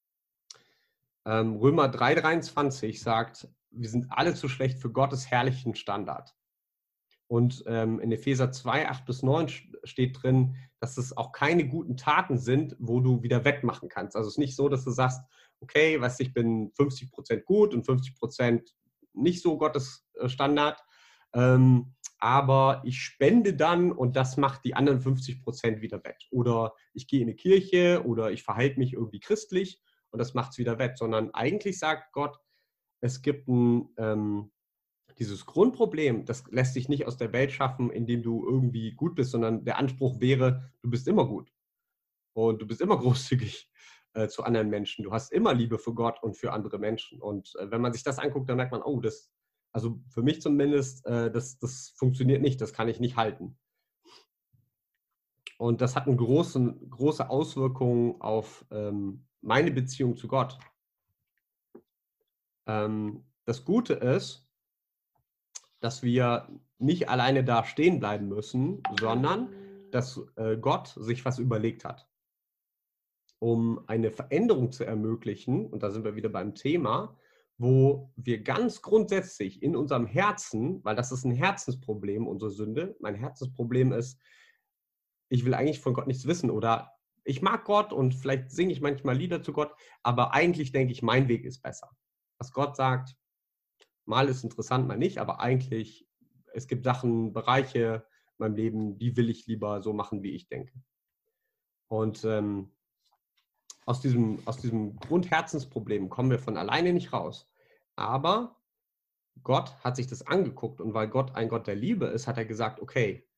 Ähm, Römer drei dreiundzwanzig sagt, wir sind alle zu schlecht für Gottes herrlichen Standard. Und ähm, in Epheser zwei acht bis neun steht drin, dass es auch keine guten Taten sind, wo du wieder wettmachen kannst. Also es ist nicht so, dass du sagst, okay, weißt du, ich bin fünfzig Prozent gut und fünfzig Prozent nicht so Gottes Standard. Ähm, aber ich spende dann und das macht die anderen fünfzig Prozent wieder wett. Oder ich gehe in eine Kirche oder ich verhalte mich irgendwie christlich und das macht es wieder wett. Sondern eigentlich sagt Gott, es gibt ein, ähm, dieses Grundproblem, das lässt sich nicht aus der Welt schaffen, indem du irgendwie gut bist, sondern der Anspruch wäre, du bist immer gut und du bist immer großzügig äh, zu anderen Menschen. Du hast immer Liebe für Gott und für andere Menschen. Und äh, wenn man sich das anguckt, dann merkt man, oh, das, also für mich zumindest, äh, das, das funktioniert nicht, das kann ich nicht halten. Und das hat eine große, große Auswirkung auf ähm, meine Beziehung zu Gott. Ähm, das Gute ist, dass wir nicht alleine da stehen bleiben müssen, sondern dass äh, Gott sich was überlegt hat, um eine Veränderung zu ermöglichen. Und da sind wir wieder beim Thema, wo wir ganz grundsätzlich in unserem Herzen, weil das ist ein Herzensproblem, unsere Sünde, mein Herzensproblem ist, ich will eigentlich von Gott nichts wissen oder ich mag Gott und vielleicht singe ich manchmal Lieder zu Gott, aber eigentlich denke ich, mein Weg ist besser. Was Gott sagt, mal ist interessant, mal nicht, aber eigentlich, es gibt Sachen, Bereiche in meinem Leben, die will ich lieber so machen, wie ich denke. Und ähm, aus diesem, aus diesem Grundherzensproblem kommen wir von alleine nicht raus. Aber Gott hat sich das angeguckt und weil Gott ein Gott der Liebe ist, hat er gesagt, okay,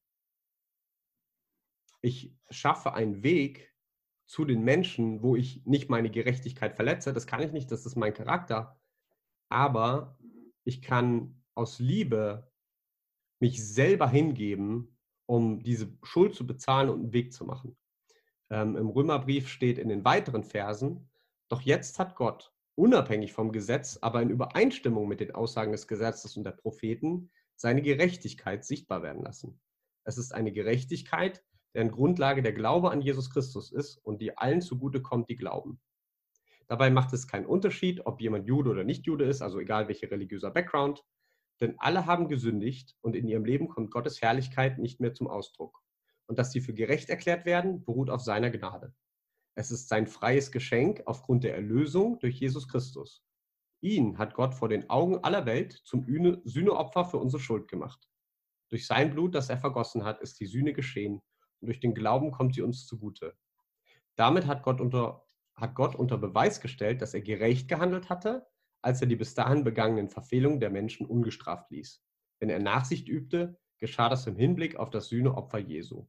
ich schaffe einen Weg zu den Menschen, wo ich nicht meine Gerechtigkeit verletze. Das kann ich nicht, das ist mein Charakter. Aber ich kann aus Liebe mich selber hingeben, um diese Schuld zu bezahlen und einen Weg zu machen. Ähm, Im Römerbrief steht in den weiteren Versen, doch jetzt hat Gott, unabhängig vom Gesetz, aber in Übereinstimmung mit den Aussagen des Gesetzes und der Propheten, seine Gerechtigkeit sichtbar werden lassen. Es ist eine Gerechtigkeit, deren Grundlage der Glaube an Jesus Christus ist und die allen zugutekommt, die glauben. Dabei macht es keinen Unterschied, ob jemand Jude oder nicht Jude ist, also egal welcher religiöser Background, denn alle haben gesündigt und in ihrem Leben kommt Gottes Herrlichkeit nicht mehr zum Ausdruck. Und dass sie für gerecht erklärt werden, beruht auf seiner Gnade. Es ist sein freies Geschenk aufgrund der Erlösung durch Jesus Christus. Ihn hat Gott vor den Augen aller Welt zum Sühneopfer für unsere Schuld gemacht. Durch sein Blut, das er vergossen hat, ist die Sühne geschehen und durch den Glauben kommt sie uns zugute. Damit hat Gott unter, hat Gott unter Beweis gestellt, dass er gerecht gehandelt hatte, als er die bis dahin begangenen Verfehlungen der Menschen ungestraft ließ. Wenn er Nachsicht übte, geschah das im Hinblick auf das Sühneopfer Jesu.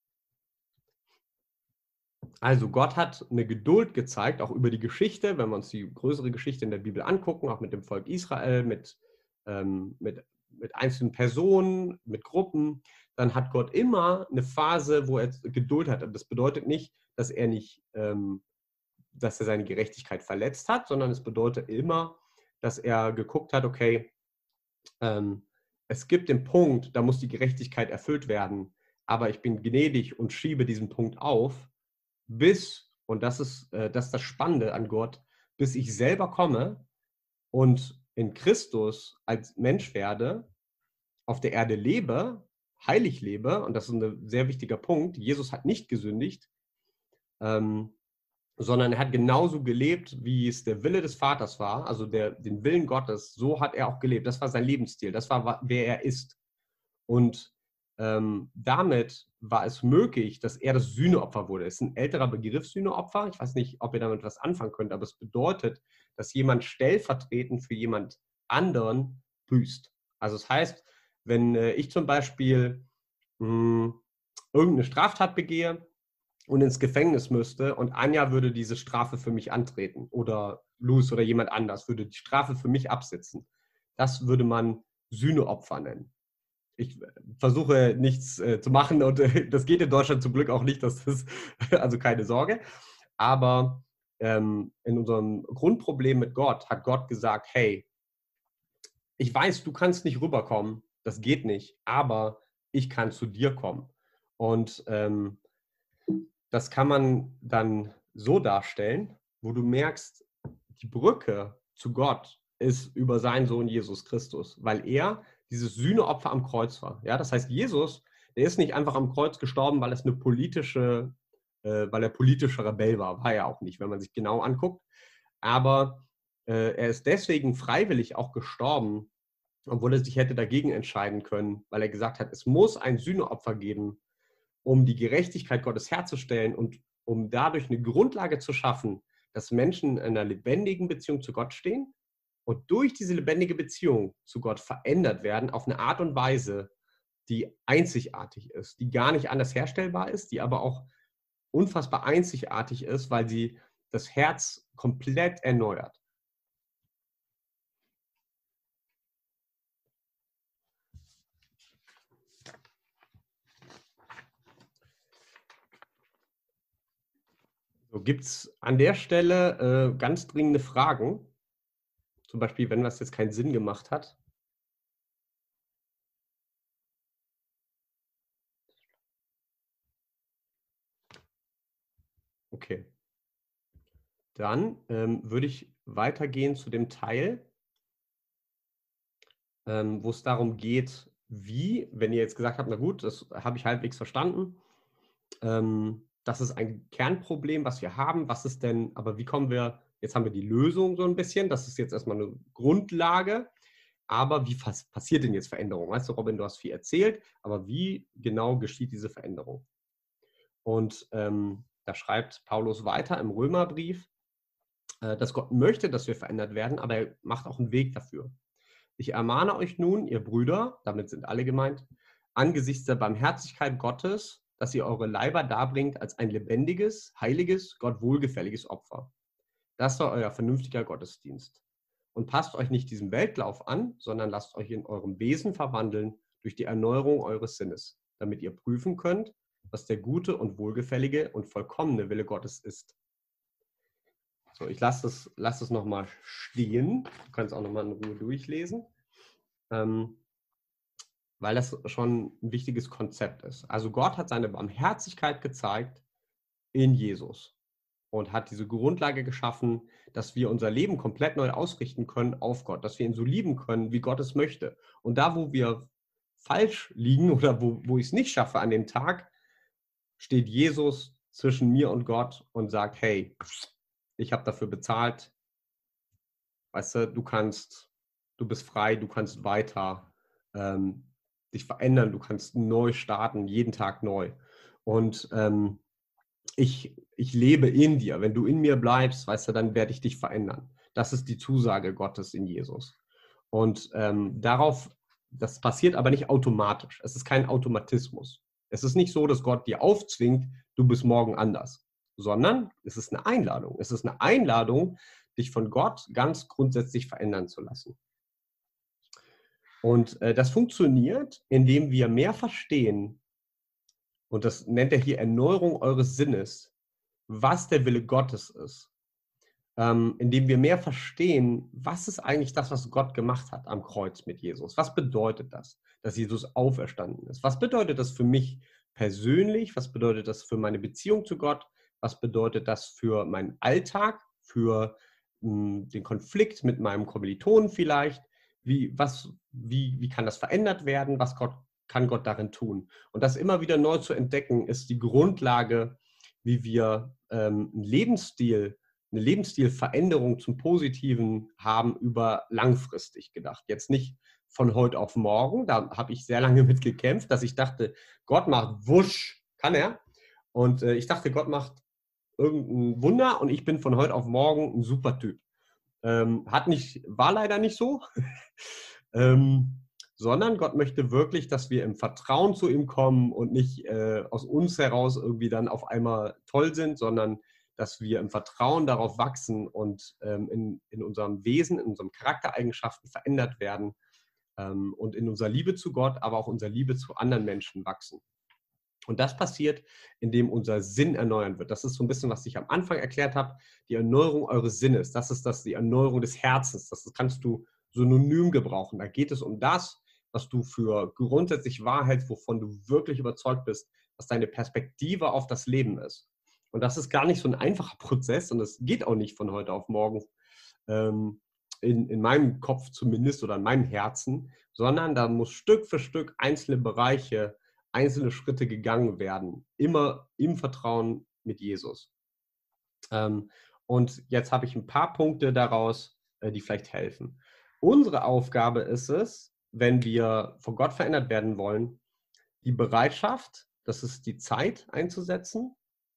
Also Gott hat eine Geduld gezeigt, auch über die Geschichte, wenn wir uns die größere Geschichte in der Bibel angucken, auch mit dem Volk Israel, mit, ähm, mit, mit einzelnen Personen, mit Gruppen, dann hat Gott immer eine Phase, wo er Geduld hat. Das bedeutet nicht, dass er nicht, ähm, dass er seine Gerechtigkeit verletzt hat, sondern es bedeutet immer, dass er geguckt hat, okay, ähm, es gibt den Punkt, da muss die Gerechtigkeit erfüllt werden, aber ich bin gnädig und schiebe diesen Punkt auf, bis, und das ist, äh, das ist das Spannende an Gott, bis ich selber komme und in Christus als Mensch werde, auf der Erde lebe, heilig lebe, und das ist ein sehr wichtiger Punkt. Jesus hat nicht gesündigt, ähm, sondern er hat genauso gelebt, wie es der Wille des Vaters war, also der, den Willen Gottes, so hat er auch gelebt. Das war sein Lebensstil, das war, wer er ist. Und ähm, damit war es möglich, dass er das Sühneopfer wurde. Es ist ein älterer Begriff, Sühneopfer. Ich weiß nicht, ob ihr damit was anfangen könnt, aber es bedeutet, dass jemand stellvertretend für jemand anderen büßt. Also es das heißt, wenn äh, ich zum Beispiel mh, irgendeine Straftat begehe und ins Gefängnis müsste und Anja würde diese Strafe für mich antreten oder Luz oder jemand anders würde die Strafe für mich absitzen. Das würde man Sühneopfer nennen. Ich versuche nichts äh, zu machen und äh, das geht in Deutschland zum Glück auch nicht, das ist also keine Sorge. Aber ähm, in unserem Grundproblem mit Gott hat Gott gesagt, hey, ich weiß, du kannst nicht rüberkommen, das geht nicht, aber ich kann zu dir kommen. Und ähm, das kann man dann so darstellen, wo du merkst, die Brücke zu Gott ist über seinen Sohn Jesus Christus, weil er dieses Sühneopfer am Kreuz war. Ja, das heißt, Jesus, der ist nicht einfach am Kreuz gestorben, weil es eine politische, äh, weil er politischer Rebell war. War er auch nicht, wenn man sich genau anguckt. Aber äh, er ist deswegen freiwillig auch gestorben, obwohl er sich hätte dagegen entscheiden können, weil er gesagt hat, es muss ein Sühneopfer geben, um die Gerechtigkeit Gottes herzustellen und um dadurch eine Grundlage zu schaffen, dass Menschen in einer lebendigen Beziehung zu Gott stehen und durch diese lebendige Beziehung zu Gott verändert werden auf eine Art und Weise, die einzigartig ist, die gar nicht anders herstellbar ist, die aber auch unfassbar einzigartig ist, weil sie das Herz komplett erneuert. So, gibt es an der Stelle äh, ganz dringende Fragen? Zum Beispiel, wenn was jetzt keinen Sinn gemacht hat. Okay. Dann ähm, würde ich weitergehen zu dem Teil, ähm, wo es darum geht, wie, wenn ihr jetzt gesagt habt, na gut, das habe ich halbwegs verstanden, ähm, das ist ein Kernproblem, was wir haben. Was ist denn, aber wie kommen wir, jetzt haben wir die Lösung so ein bisschen, das ist jetzt erstmal eine Grundlage, aber wie pass passiert denn jetzt Veränderung? Weißt du, Robin, du hast viel erzählt, aber wie genau geschieht diese Veränderung? Und ähm, da schreibt Paulus weiter im Römerbrief, äh, dass Gott möchte, dass wir verändert werden, aber er macht auch einen Weg dafür. Ich ermahne euch nun, ihr Brüder, damit sind alle gemeint, angesichts der Barmherzigkeit Gottes, dass ihr eure Leiber darbringt als ein lebendiges, heiliges, Gott wohlgefälliges Opfer. Das soll euer vernünftiger Gottesdienst. Und passt euch nicht diesem Weltlauf an, sondern lasst euch in eurem Wesen verwandeln durch die Erneuerung eures Sinnes, damit ihr prüfen könnt, was der gute und wohlgefällige und vollkommene Wille Gottes ist. So, ich lasse das, lass das nochmal stehen. Du kannst auch nochmal in Ruhe durchlesen, ähm, weil das schon ein wichtiges Konzept ist. Also Gott hat seine Barmherzigkeit gezeigt in Jesus und hat diese Grundlage geschaffen, dass wir unser Leben komplett neu ausrichten können auf Gott, dass wir ihn so lieben können, wie Gott es möchte. Und da, wo wir falsch liegen oder wo, wo ich es nicht schaffe an dem Tag, steht Jesus zwischen mir und Gott und sagt, hey, ich habe dafür bezahlt, weißt du, du kannst, du bist frei, du kannst weiter ähm, dich verändern, du kannst neu starten, jeden Tag neu. Und ähm, ich, ich lebe in dir. Wenn du in mir bleibst, weißt du, dann werde ich dich verändern. Das ist die Zusage Gottes in Jesus. Und ähm, darauf, das passiert aber nicht automatisch. Es ist kein Automatismus. Es ist nicht so, dass Gott dir aufzwingt, du bist morgen anders, sondern es ist eine Einladung. Es ist eine Einladung, dich von Gott ganz grundsätzlich verändern zu lassen. Und äh, das funktioniert, indem wir mehr verstehen, und das nennt er hier Erneuerung eures Sinnes, was der Wille Gottes ist. Ähm, indem wir mehr verstehen, was ist eigentlich das, was Gott gemacht hat am Kreuz mit Jesus? Was bedeutet das, dass Jesus auferstanden ist? Was bedeutet das für mich persönlich? Was bedeutet das für meine Beziehung zu Gott? Was bedeutet das für meinen Alltag, für mh, den Konflikt mit meinem Kommilitonen vielleicht? Wie, was, wie, wie kann das verändert werden? Was Gott, kann Gott darin tun? Und das immer wieder neu zu entdecken, ist die Grundlage, wie wir ähm, einen Lebensstil eine Lebensstilveränderung zum Positiven haben über langfristig gedacht. Jetzt nicht von heute auf morgen, da habe ich sehr lange mit gekämpft, dass ich dachte, Gott macht wusch, kann er. Und äh, ich dachte, Gott macht irgendein Wunder und ich bin von heute auf morgen ein super Typ. Ähm, hat nicht, war leider nicht so. ähm, sondern Gott möchte wirklich, dass wir im Vertrauen zu ihm kommen und nicht äh, aus uns heraus irgendwie dann auf einmal toll sind, sondern dass wir im Vertrauen darauf wachsen und ähm, in, in unserem Wesen, in unseren Charaktereigenschaften verändert werden ähm, und in unserer Liebe zu Gott, aber auch unserer Liebe zu anderen Menschen wachsen. Und das passiert, indem unser Sinn erneuern wird. Das ist so ein bisschen, was ich am Anfang erklärt habe, die Erneuerung eures Sinnes. Das ist das, die Erneuerung des Herzens. Das kannst du synonym gebrauchen. Da geht es um das, was du für grundsätzlich wahr hältst, wovon du wirklich überzeugt bist, was deine Perspektive auf das Leben ist. Und das ist gar nicht so ein einfacher Prozess und das geht auch nicht von heute auf morgen, ähm, in, in meinem Kopf zumindest oder in meinem Herzen, sondern da muss Stück für Stück einzelne Bereiche, einzelne Schritte gegangen werden, immer im Vertrauen mit Jesus. Ähm, und jetzt habe ich ein paar Punkte daraus, äh, die vielleicht helfen. Unsere Aufgabe ist es, wenn wir von Gott verändert werden wollen, die Bereitschaft, das ist die Zeit einzusetzen,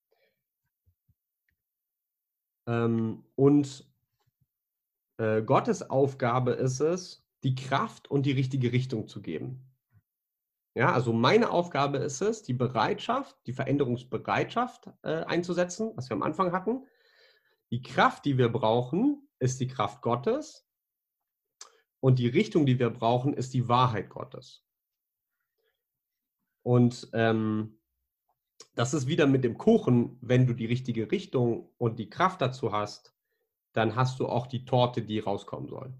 ähm, und äh, Gottes Aufgabe ist es, die Kraft und die richtige Richtung zu geben. Ja, also meine Aufgabe ist es, die Bereitschaft, die Veränderungsbereitschaft äh, einzusetzen, was wir am Anfang hatten. Die Kraft, die wir brauchen, ist die Kraft Gottes und die Richtung, die wir brauchen, ist die Wahrheit Gottes. Und ähm, das ist wieder mit dem Kuchen, wenn du die richtige Richtung und die Kraft dazu hast, dann hast du auch die Torte, die rauskommen soll.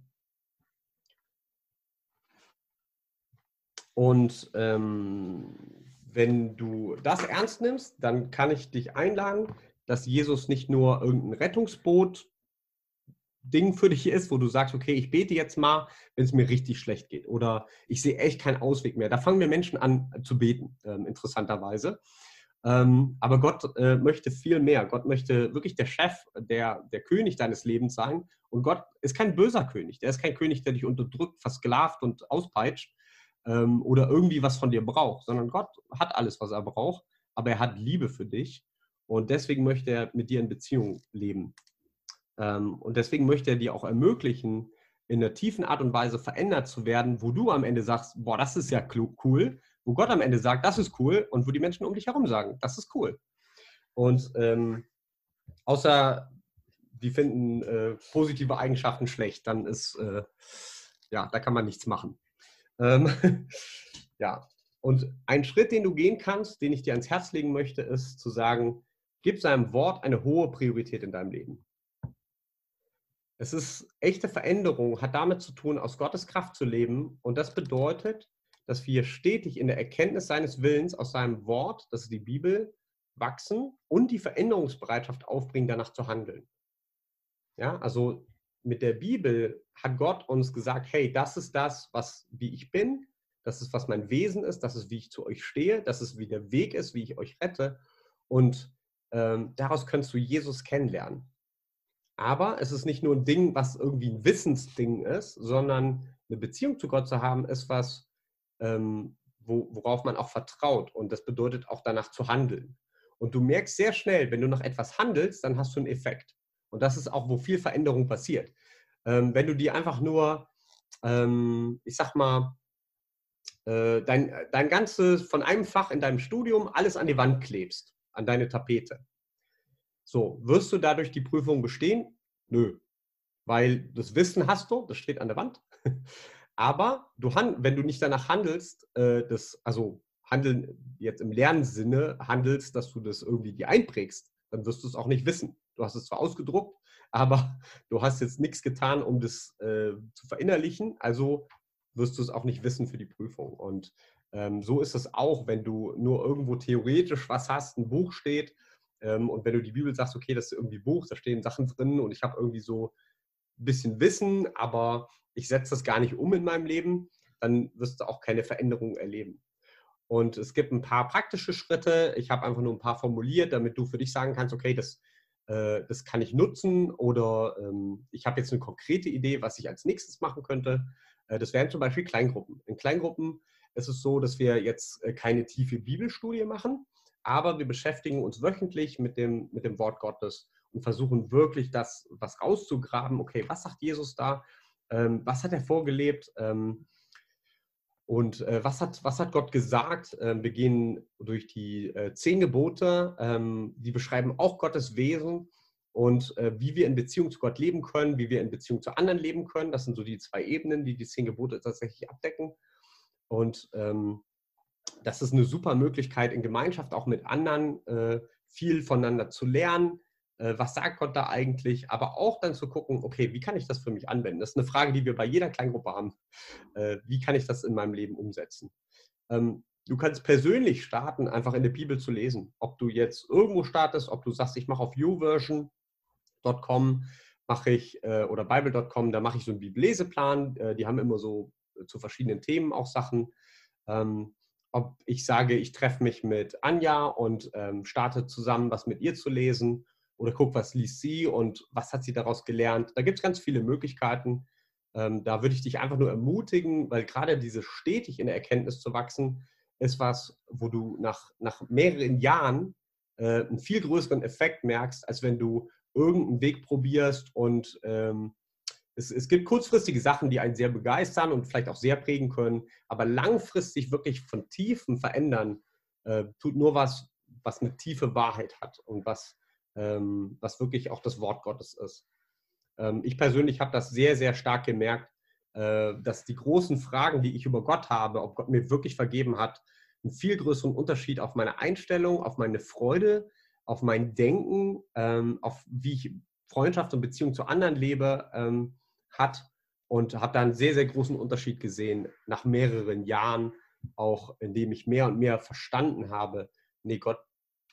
Und ähm, wenn du das ernst nimmst, dann kann ich dich einladen, dass Jesus nicht nur irgendein Rettungsboot Ding für dich ist, wo du sagst, okay, ich bete jetzt mal, wenn es mir richtig schlecht geht oder ich sehe echt keinen Ausweg mehr. Da fangen wir Menschen an zu beten, ähm, interessanterweise. Ähm, aber Gott äh, möchte viel mehr. Gott möchte wirklich der Chef, der, der König deines Lebens sein. Und Gott ist kein böser König. Der ist kein König, der dich unterdrückt, versklavt und auspeitscht ähm, oder irgendwie was von dir braucht, sondern Gott hat alles, was er braucht, aber er hat Liebe für dich. Und deswegen möchte er mit dir in Beziehung leben. Ähm, und deswegen möchte er dir auch ermöglichen, in einer tiefen Art und Weise verändert zu werden, wo du am Ende sagst, boah, das ist ja cool, wo Gott am Ende sagt, das ist cool und wo die Menschen um dich herum sagen, das ist cool. Und ähm, außer die finden äh, positive Eigenschaften schlecht, dann ist, äh, ja, da kann man nichts machen. Ähm, ja, und ein Schritt, den du gehen kannst, den ich dir ans Herz legen möchte, ist zu sagen, gib seinem Wort eine hohe Priorität in deinem Leben. Es ist echte Veränderung, hat damit zu tun, aus Gottes Kraft zu leben. Und das bedeutet, dass wir stetig in der Erkenntnis seines Willens aus seinem Wort, das ist die Bibel, wachsen und die Veränderungsbereitschaft aufbringen, danach zu handeln. Ja, also mit der Bibel hat Gott uns gesagt, hey, das ist das, was, wie ich bin, das ist, was mein Wesen ist, das ist, wie ich zu euch stehe, das ist, wie der Weg ist, wie ich euch rette. Und ähm, daraus kannst du Jesus kennenlernen. Aber es ist nicht nur ein Ding, was irgendwie ein Wissensding ist, sondern eine Beziehung zu Gott zu haben, ist was, ähm, wo, worauf man auch vertraut. Und das bedeutet auch danach zu handeln. Und du merkst sehr schnell, wenn du nach etwas handelst, dann hast du einen Effekt. Und das ist auch, wo viel Veränderung passiert. Ähm, wenn du dir einfach nur, ähm, ich sag mal, äh, dein, dein ganzes, von einem Fach in deinem Studium alles an die Wand klebst, an deine Tapete. So, wirst du dadurch die Prüfung bestehen? Nö, weil das Wissen hast du, das steht an der Wand. Aber du, wenn du nicht danach handelst, äh, das, also handeln jetzt im Lernsinne handelst, dass du das irgendwie dir einprägst, dann wirst du es auch nicht wissen. Du hast es zwar ausgedruckt, aber du hast jetzt nichts getan, um das äh, zu verinnerlichen, also wirst du es auch nicht wissen für die Prüfung. Und ähm, so ist es auch, wenn du nur irgendwo theoretisch was hast, ein Buch steht ähm, und wenn du die Bibel sagst, okay, das ist irgendwie Buch, da stehen Sachen drin und ich habe irgendwie so ein bisschen Wissen, aber ich setze das gar nicht um in meinem Leben, dann wirst du auch keine Veränderung erleben. Und es gibt ein paar praktische Schritte. Ich habe einfach nur ein paar formuliert, damit du für dich sagen kannst, okay, das, äh, das kann ich nutzen oder ähm, ich habe jetzt eine konkrete Idee, was ich als nächstes machen könnte. Äh, das wären zum Beispiel Kleingruppen. In Kleingruppen ist es so, dass wir jetzt äh, keine tiefe Bibelstudie machen, aber wir beschäftigen uns wöchentlich mit dem, mit dem Wort Gottes und versuchen wirklich das, was rauszugraben. Okay, was sagt Jesus da? Ähm, was hat er vorgelebt? Ähm, und äh, was, hat, was hat Gott gesagt? Ähm, wir gehen durch die äh, zehn Gebote, ähm, die beschreiben auch Gottes Wesen und äh, wie wir in Beziehung zu Gott leben können, wie wir in Beziehung zu anderen leben können. Das sind so die zwei Ebenen, die die zehn Gebote tatsächlich abdecken. Und ähm, das ist eine super Möglichkeit, in Gemeinschaft auch mit anderen äh, viel voneinander zu lernen. Äh, was sagt Gott da eigentlich? Aber auch dann zu gucken, okay, wie kann ich das für mich anwenden? Das ist eine Frage, die wir bei jeder Kleingruppe haben. Äh, wie kann ich das in meinem Leben umsetzen? Ähm, du kannst persönlich starten, einfach in der Bibel zu lesen. Ob du jetzt irgendwo startest, ob du sagst, ich mache auf YouVersion Punkt com mache ich äh, oder Bible Punkt com, da mache ich so einen Bibelleseplan. Äh, die haben immer so äh, zu verschiedenen Themen auch Sachen. Ähm, ob ich sage, ich treffe mich mit Anja und ähm, starte zusammen, was mit ihr zu lesen oder gucke, was liest sie und was hat sie daraus gelernt. Da gibt es ganz viele Möglichkeiten. Ähm, da würde ich dich einfach nur ermutigen, weil gerade diese stetig in der Erkenntnis zu wachsen, ist was, wo du nach, nach mehreren Jahren äh, einen viel größeren Effekt merkst, als wenn du irgendeinen Weg probierst und ähm, es, es gibt kurzfristige Sachen, die einen sehr begeistern und vielleicht auch sehr prägen können, aber langfristig wirklich von Tiefen verändern, äh, tut nur was, was eine tiefe Wahrheit hat und was, ähm, was wirklich auch das Wort Gottes ist. Ähm, ich persönlich habe das sehr, sehr stark gemerkt, äh, dass die großen Fragen, die ich über Gott habe, ob Gott mir wirklich vergeben hat, einen viel größeren Unterschied auf meine Einstellung, auf meine Freude, auf mein Denken, ähm, auf wie ich Freundschaft und Beziehung zu anderen lebe, ähm, hat und habe da einen sehr, sehr großen Unterschied gesehen nach mehreren Jahren, auch indem ich mehr und mehr verstanden habe, nee, Gott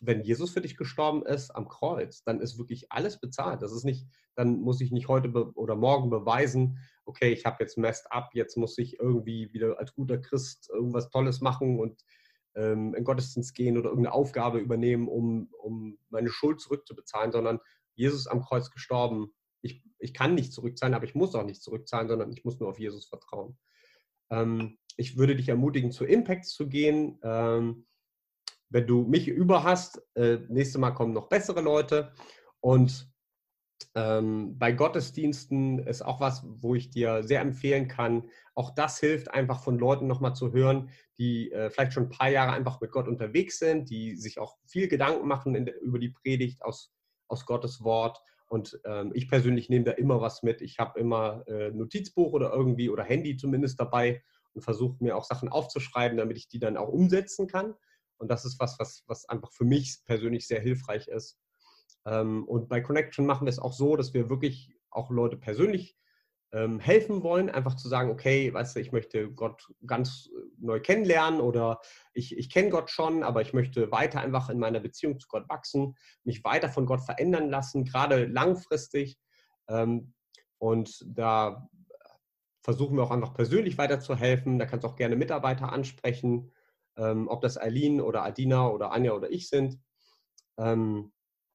wenn Jesus für dich gestorben ist am Kreuz, dann ist wirklich alles bezahlt. Das ist nicht, dann muss ich nicht heute be- oder morgen beweisen, okay, ich habe jetzt messed up, jetzt muss ich irgendwie wieder als guter Christ irgendwas Tolles machen und ähm, in den Gottesdienst gehen oder irgendeine Aufgabe übernehmen, um, um meine Schuld zurückzubezahlen, sondern Jesus ist am Kreuz gestorben. Ich, ich kann nicht zurückzahlen, aber ich muss auch nicht zurückzahlen, sondern ich muss nur auf Jesus vertrauen. Ähm, ich würde dich ermutigen, zu Impacts zu gehen. Ähm, wenn du mich über hast, äh, nächstes Mal kommen noch bessere Leute. Und ähm, bei Gottesdiensten ist auch was, wo ich dir sehr empfehlen kann. Auch das hilft einfach von Leuten nochmal zu hören, die äh, vielleicht schon ein paar Jahre einfach mit Gott unterwegs sind, die sich auch viel Gedanken machen in, über die Predigt aus, aus Gottes Wort. Und ähm, ich persönlich nehme da immer was mit. Ich habe immer äh, Notizbuch oder irgendwie oder Handy zumindest dabei und versuche mir auch Sachen aufzuschreiben, damit ich die dann auch umsetzen kann. Und das ist was, was, was einfach für mich persönlich sehr hilfreich ist. Ähm, und bei Connection machen wir es auch so, dass wir wirklich auch Leute persönlich ähm, helfen wollen, einfach zu sagen, okay, weißt du, ich möchte Gott ganz neu kennenlernen oder ich, ich kenne Gott schon, aber ich möchte weiter einfach in meiner Beziehung zu Gott wachsen, mich weiter von Gott verändern lassen, gerade langfristig. Ähm, und da versuchen wir auch einfach persönlich weiterzuhelfen. Da kannst du auch gerne Mitarbeiter ansprechen, ähm, ob das Eileen oder Adina oder Anja oder ich sind. Ähm,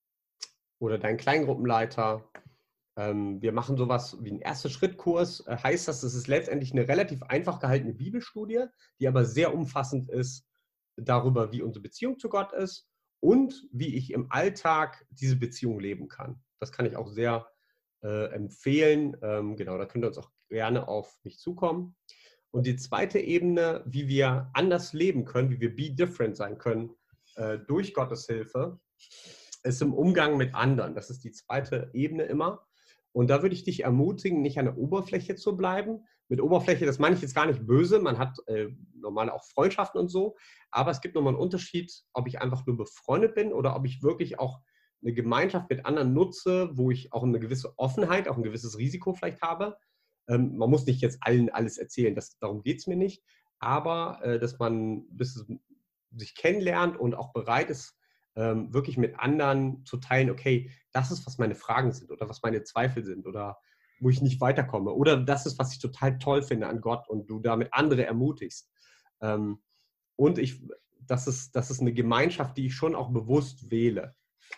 oder dein Kleingruppenleiter. Ähm, wir machen sowas wie einen Erste-Schritt-Kurs. Äh, heißt das, es ist letztendlich eine relativ einfach gehaltene Bibelstudie, die aber sehr umfassend ist darüber, wie unsere Beziehung zu Gott ist und wie ich im Alltag diese Beziehung leben kann. Das kann ich auch sehr äh, empfehlen. Ähm, genau, da könnt ihr uns auch gerne auf mich zukommen. Und die zweite Ebene, wie wir anders leben können, wie wir be different sein können äh, durch Gottes Hilfe, ist im Umgang mit anderen. Das ist die zweite Ebene immer. Und da würde ich dich ermutigen, nicht an der Oberfläche zu bleiben. Mit Oberfläche, das meine ich jetzt gar nicht böse. Man hat äh, normal auch Freundschaften und so. Aber es gibt nochmal einen Unterschied, ob ich einfach nur befreundet bin oder ob ich wirklich auch eine Gemeinschaft mit anderen nutze, wo ich auch eine gewisse Offenheit, auch ein gewisses Risiko vielleicht habe. Ähm, man muss nicht jetzt allen alles erzählen, das, darum geht es mir nicht. Aber äh, dass man bis sich kennenlernt und auch bereit ist, ähm, wirklich mit anderen zu teilen, okay, das ist, was meine Fragen sind oder was meine Zweifel sind oder wo ich nicht weiterkomme. Oder das ist, was ich total toll finde an Gott und du damit andere ermutigst. Ähm, und ich, das ist, das ist eine Gemeinschaft, die ich schon auch bewusst wähle.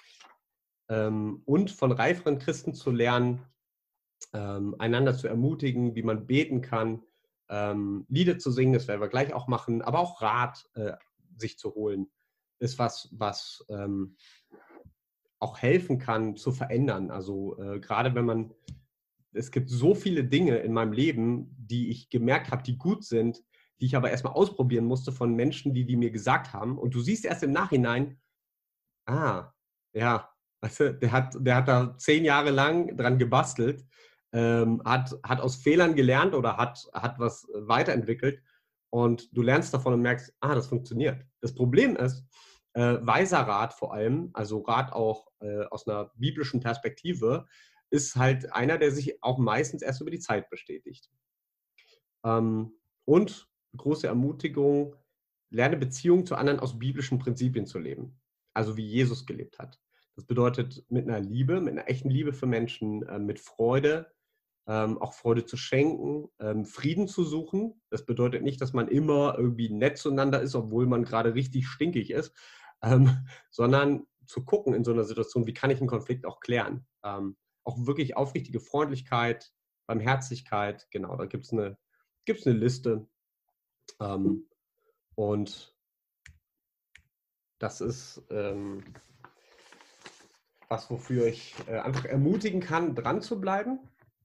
Ähm, und von reiferen Christen zu lernen, ähm, einander zu ermutigen, wie man beten kann, ähm, Lieder zu singen, das werden wir gleich auch machen, aber auch Rat äh, sich zu holen, ist was, was ähm, auch helfen kann zu verändern. Also äh, gerade wenn man, es gibt so viele Dinge in meinem Leben, die ich gemerkt habe, die gut sind, die ich aber erstmal ausprobieren musste von Menschen, die die mir gesagt haben. Und du siehst erst im Nachhinein, ah, ja, weißt du, der hat, der hat da zehn Jahre lang dran gebastelt, ähm, hat, hat aus Fehlern gelernt oder hat, hat was weiterentwickelt und du lernst davon und merkst, ah, das funktioniert. Das Problem ist, äh, weiser Rat vor allem, also Rat auch äh, aus einer biblischen Perspektive, ist halt einer, der sich auch meistens erst über die Zeit bestätigt. Ähm, und große Ermutigung, lerne Beziehungen zu anderen aus biblischen Prinzipien zu leben. Also wie Jesus gelebt hat. Das bedeutet mit einer Liebe, mit einer echten Liebe für Menschen, äh, mit Freude, ähm, auch Freude zu schenken, ähm, Frieden zu suchen. Das bedeutet nicht, dass man immer irgendwie nett zueinander ist, obwohl man gerade richtig stinkig ist, ähm, sondern zu gucken in so einer Situation, wie kann ich einen Konflikt auch klären. Ähm, auch wirklich aufrichtige Freundlichkeit, Barmherzigkeit, genau, da gibt es eine, gibt's eine Liste. Ähm, und das ist ähm, was, wofür ich äh, einfach ermutigen kann, dran zu bleiben.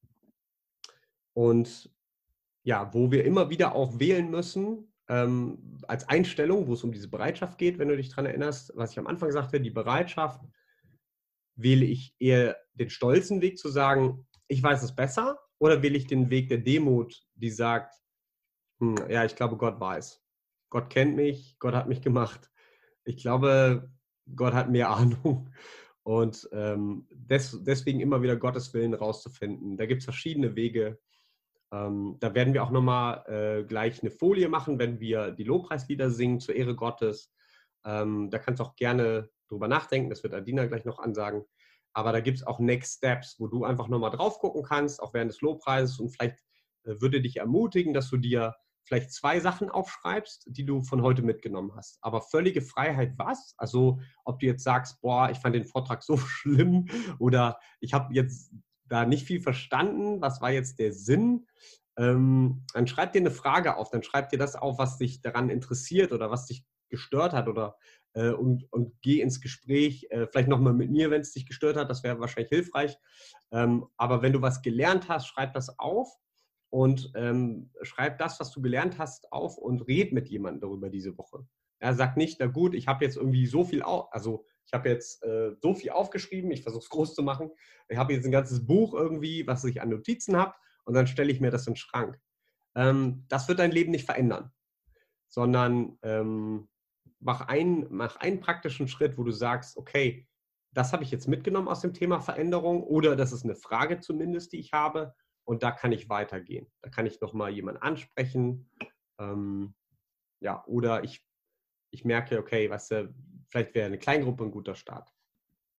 Und ja, wo wir immer wieder auch wählen müssen, ähm, als Einstellung, wo es um diese Bereitschaft geht, wenn du dich daran erinnerst, was ich am Anfang sagte, die Bereitschaft, wähle ich eher den stolzen Weg zu sagen, ich weiß es besser, oder wähle ich den Weg der Demut, die sagt, hm, ja, ich glaube, Gott weiß. Gott kennt mich, Gott hat mich gemacht. Ich glaube, Gott hat mehr Ahnung. Und ähm, des, deswegen immer wieder Gottes Willen rauszufinden. Da gibt es verschiedene Wege. Ähm, da werden wir auch nochmal äh, gleich eine Folie machen, wenn wir die Lobpreislieder singen zur Ehre Gottes. Ähm, da kannst du auch gerne drüber nachdenken, das wird Adina gleich noch ansagen. Aber da gibt es auch Next Steps, wo du einfach nochmal drauf gucken kannst, auch während des Lobpreises und vielleicht äh, würde dich ermutigen, dass du dir vielleicht zwei Sachen aufschreibst, die du von heute mitgenommen hast. Aber völlige Freiheit was? Also ob du jetzt sagst, boah, ich fand den Vortrag so schlimm oder ich habe jetzt da nicht viel verstanden, was war jetzt der Sinn? Ähm, dann schreib dir eine Frage auf, dann schreib dir das auf, was dich daran interessiert oder was dich gestört hat oder äh, und, und geh ins Gespräch, äh, vielleicht nochmal mit mir, wenn es dich gestört hat, das wäre wahrscheinlich hilfreich. Ähm, aber wenn du was gelernt hast, schreib das auf und ähm, schreib das, was du gelernt hast, auf und red mit jemandem darüber diese Woche. Ja, sag nicht, na gut, ich habe jetzt irgendwie so viel, au also ich habe jetzt äh, so viel aufgeschrieben, ich versuche es groß zu machen. Ich habe jetzt ein ganzes Buch irgendwie, was ich an Notizen habe und dann stelle ich mir das in den Schrank. Ähm, das wird dein Leben nicht verändern, sondern ähm, mach, ein, mach einen praktischen Schritt, wo du sagst, okay, das habe ich jetzt mitgenommen aus dem Thema Veränderung oder das ist eine Frage zumindest, die ich habe und da kann ich weitergehen. Da kann ich nochmal jemanden ansprechen. Ähm, ja, oder ich, ich merke, okay, weißt du, vielleicht wäre eine Kleingruppe ein guter Start.